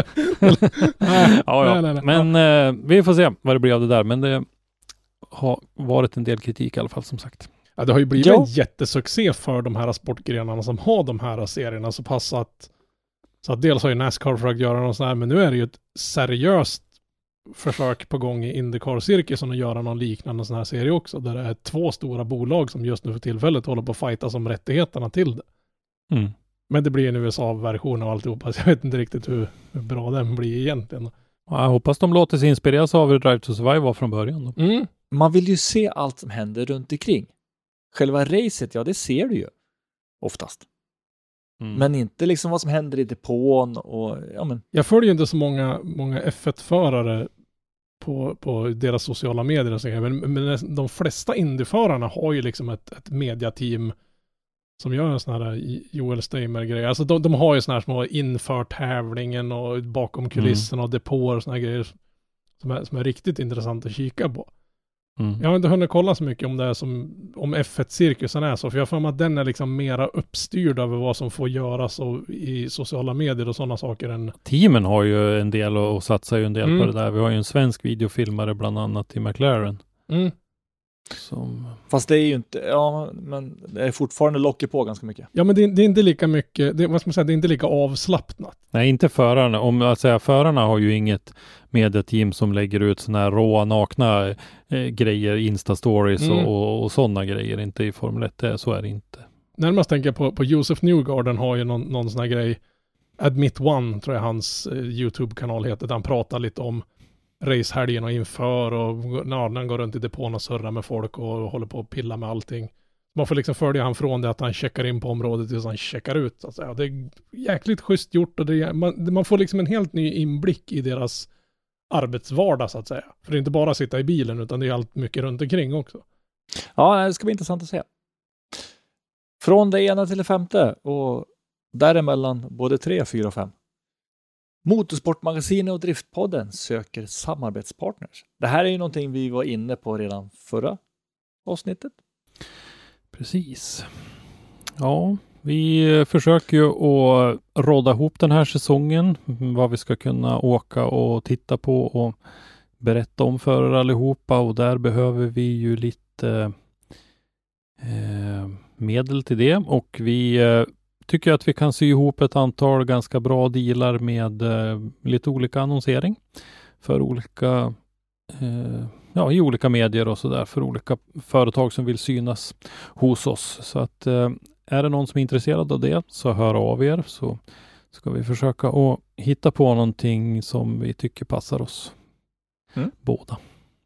Nej. Men vi får se vad det blir av det där. Men det har varit en del kritik i alla fall, som sagt. Ja, det har ju blivit en jättesuccé för de här sportgrenarna som har de här serierna, så pass att dels har ju NASCAR försökt göra något sånt här, men nu är det ju ett seriöst försök på gång i IndyCar-cirkusen att göra någon liknande sån här serie också, där det är 2 stora bolag som just nu för tillfället håller på att fighta om rättigheterna till det. Men det blir en USA-version av alltihopa, så jag vet inte riktigt hur bra den blir egentligen. Ja, jag hoppas de låter sig inspireras av Drive to Survive från början då. Man vill ju se allt som händer runt omkring. Själva racet, ja, det ser du ju oftast. Men inte liksom vad som händer i depån och Jag följer ju inte så många F1-förare på deras sociala medier, men de flesta Indy-förarna har ju liksom ett mediateam som gör en sån här Joel Steimer-grejer. Alltså de har ju sån här små inför tävlingen och bakom kulisserna och depåer och såna här grejer som är riktigt intressant att kika på. Jag har inte hunnit kolla så mycket om det är om F1-cirkusen är så, för jag får med att den är liksom mera uppstyrd över vad som får göras i sociala medier och sådana saker än... Teamen har ju en del och satsar ju en del på det där. Vi har ju en svensk videofilmare bland annat i McLaren. Fast det är ju inte, men det är fortfarande locker på ganska mycket. Ja, men det är inte lika mycket, det är inte lika avslappnat. Nej, inte förarna. Om att säga, förarna har ju inget mediateam som lägger ut såna här råa, nakna grejer, Insta-stories och sådana grejer. Inte i Formel 1, så är det inte. Närmast tänker jag på Joseph Newgarden har ju någon sån här grej, Admit One tror jag hans YouTube-kanal heter, där han pratar lite om racehelgen och inför och han går runt i depån och surrar med folk och håller på att pilla med allting. Man får liksom följa han från det att han checkar in på området tills han checkar ut. Så att säga. Det är jäkligt schysst gjort och man får liksom en helt ny inblick i deras arbetsvardag så att säga. För det är inte bara att sitta i bilen utan det är allt mycket runt omkring också. Ja, det ska bli intressant att se. Från det ena till det 5:e och däremellan både 3, 4 och 5. Motorsportmagasinet och Driftpodden söker samarbetspartners. Det här är ju någonting vi var inne på redan förra avsnittet. Precis. Ja, vi försöker ju att råda ihop den här säsongen. Vad vi ska kunna åka och titta på och berätta om för er allihopa. Och där behöver vi ju lite medel till det. Och vi tycker att vi kan sy ihop ett antal ganska bra dealar med lite olika annonsering för olika i olika medier och sådär för olika företag som vill synas hos oss. Så att är det någon som är intresserad av det så hör av er, så ska vi försöka att hitta på någonting som vi tycker passar oss båda.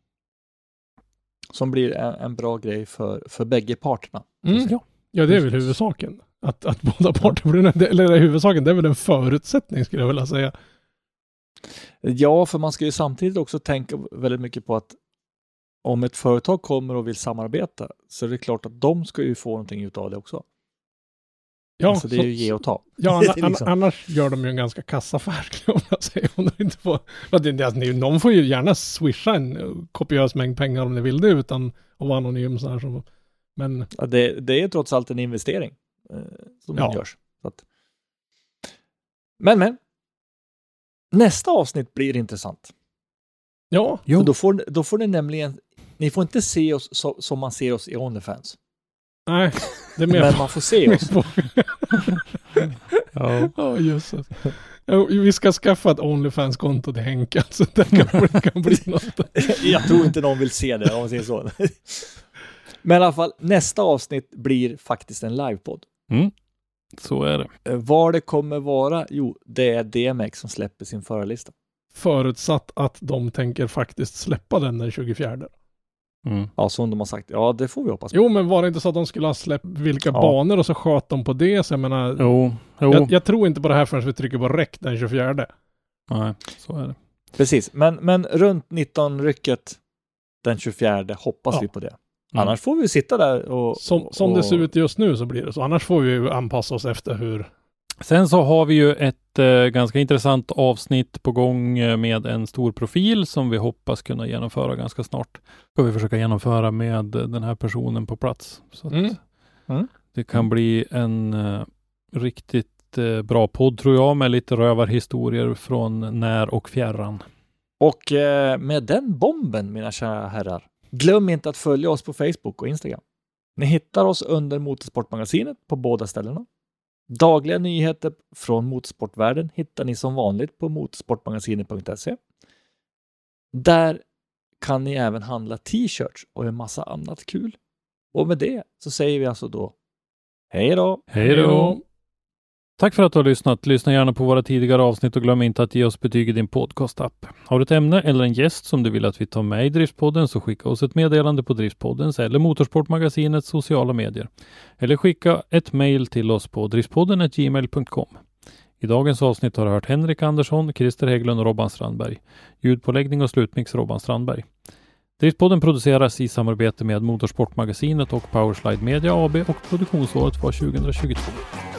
Som blir en bra grej för bägge parterna. Ja, det är väl huvudsaken. Att båda parter blir, eller huvudsaken, det är väl en förutsättning skulle jag vilja säga. Ja, för man ska ju samtidigt också tänka väldigt mycket på att om ett företag kommer och vill samarbeta så är det klart att de ska ju få någonting utav det också. Ja, alltså det är ju ge och ta. Ja, liksom. annars gör de ju en ganska kassaffär skulle jag säga. Om de inte får, någon får ju gärna swisha en kopiös mängd pengar om de vill det utan att vara anonym. Så här, så. Men ja, det är trots allt en investering som görs. Så att. Men nästa avsnitt blir intressant. Ja. För då får ni nämligen, ni får inte se oss som man ser oss i OnlyFans. Nej, det är mer men man får se oss. Ja, just det. Vi ska skaffa ett OnlyFans-konto till Henke. Så det kan bli något. Jag tror inte någon vill se det om man säger så. Men i alla fall, nästa avsnitt blir faktiskt en livepodd. Så är det. Vad det kommer vara? Jo, det är DMX som släpper sin förarlista. Förutsatt att de tänker faktiskt släppa den 24. Ja, som de har sagt. Ja, det får vi hoppas på. Jo, men var det inte så att de skulle ha släppt vilka banor och så sköt de på det? Så jag menar, Jo. Jag tror inte på det här förrän vi trycker på räck den 24. Nej, så är det. Precis, men runt 19-rycket den 24 hoppas vi på det. Annars får vi sitta där och... Som det ser ut just nu så blir det så. Annars får vi anpassa oss efter hur... Sen så har vi ju ett ganska intressant avsnitt på gång med en stor profil som vi hoppas kunna genomföra ganska snart. Ska vi försöka genomföra med den här personen på plats. Så att det kan bli en riktigt bra podd tror jag, med lite rövarhistorier från när och fjärran. Och med den bomben, mina kära herrar, glöm inte att följa oss på Facebook och Instagram. Ni hittar oss under Motorsportmagasinet på båda ställena. Dagliga nyheter från motorsportvärlden hittar ni som vanligt på motorsportmagasinet.se. Där kan ni även handla t-shirts och en massa annat kul. Och med det så säger vi alltså då hej då! Hej då! Tack för att du har lyssnat. Lyssna gärna på våra tidigare avsnitt och glöm inte att ge oss betyg i din podcast-app. Har du ett ämne eller en gäst som du vill att vi tar med i Driftpodden så skicka oss ett meddelande på Driftpoddens eller Motorsportmagasinets sociala medier. Eller skicka ett mejl till oss på driftpodden@gmail.com. I dagens avsnitt har du hört Henrik Andersson, Christer Hägglund och Robban Strandberg. Ljudpåläggning och slutmix Robban Strandberg. Driftpodden produceras i samarbete med Motorsportmagasinet och Powerslide Media AB och produktionsåret var 2022.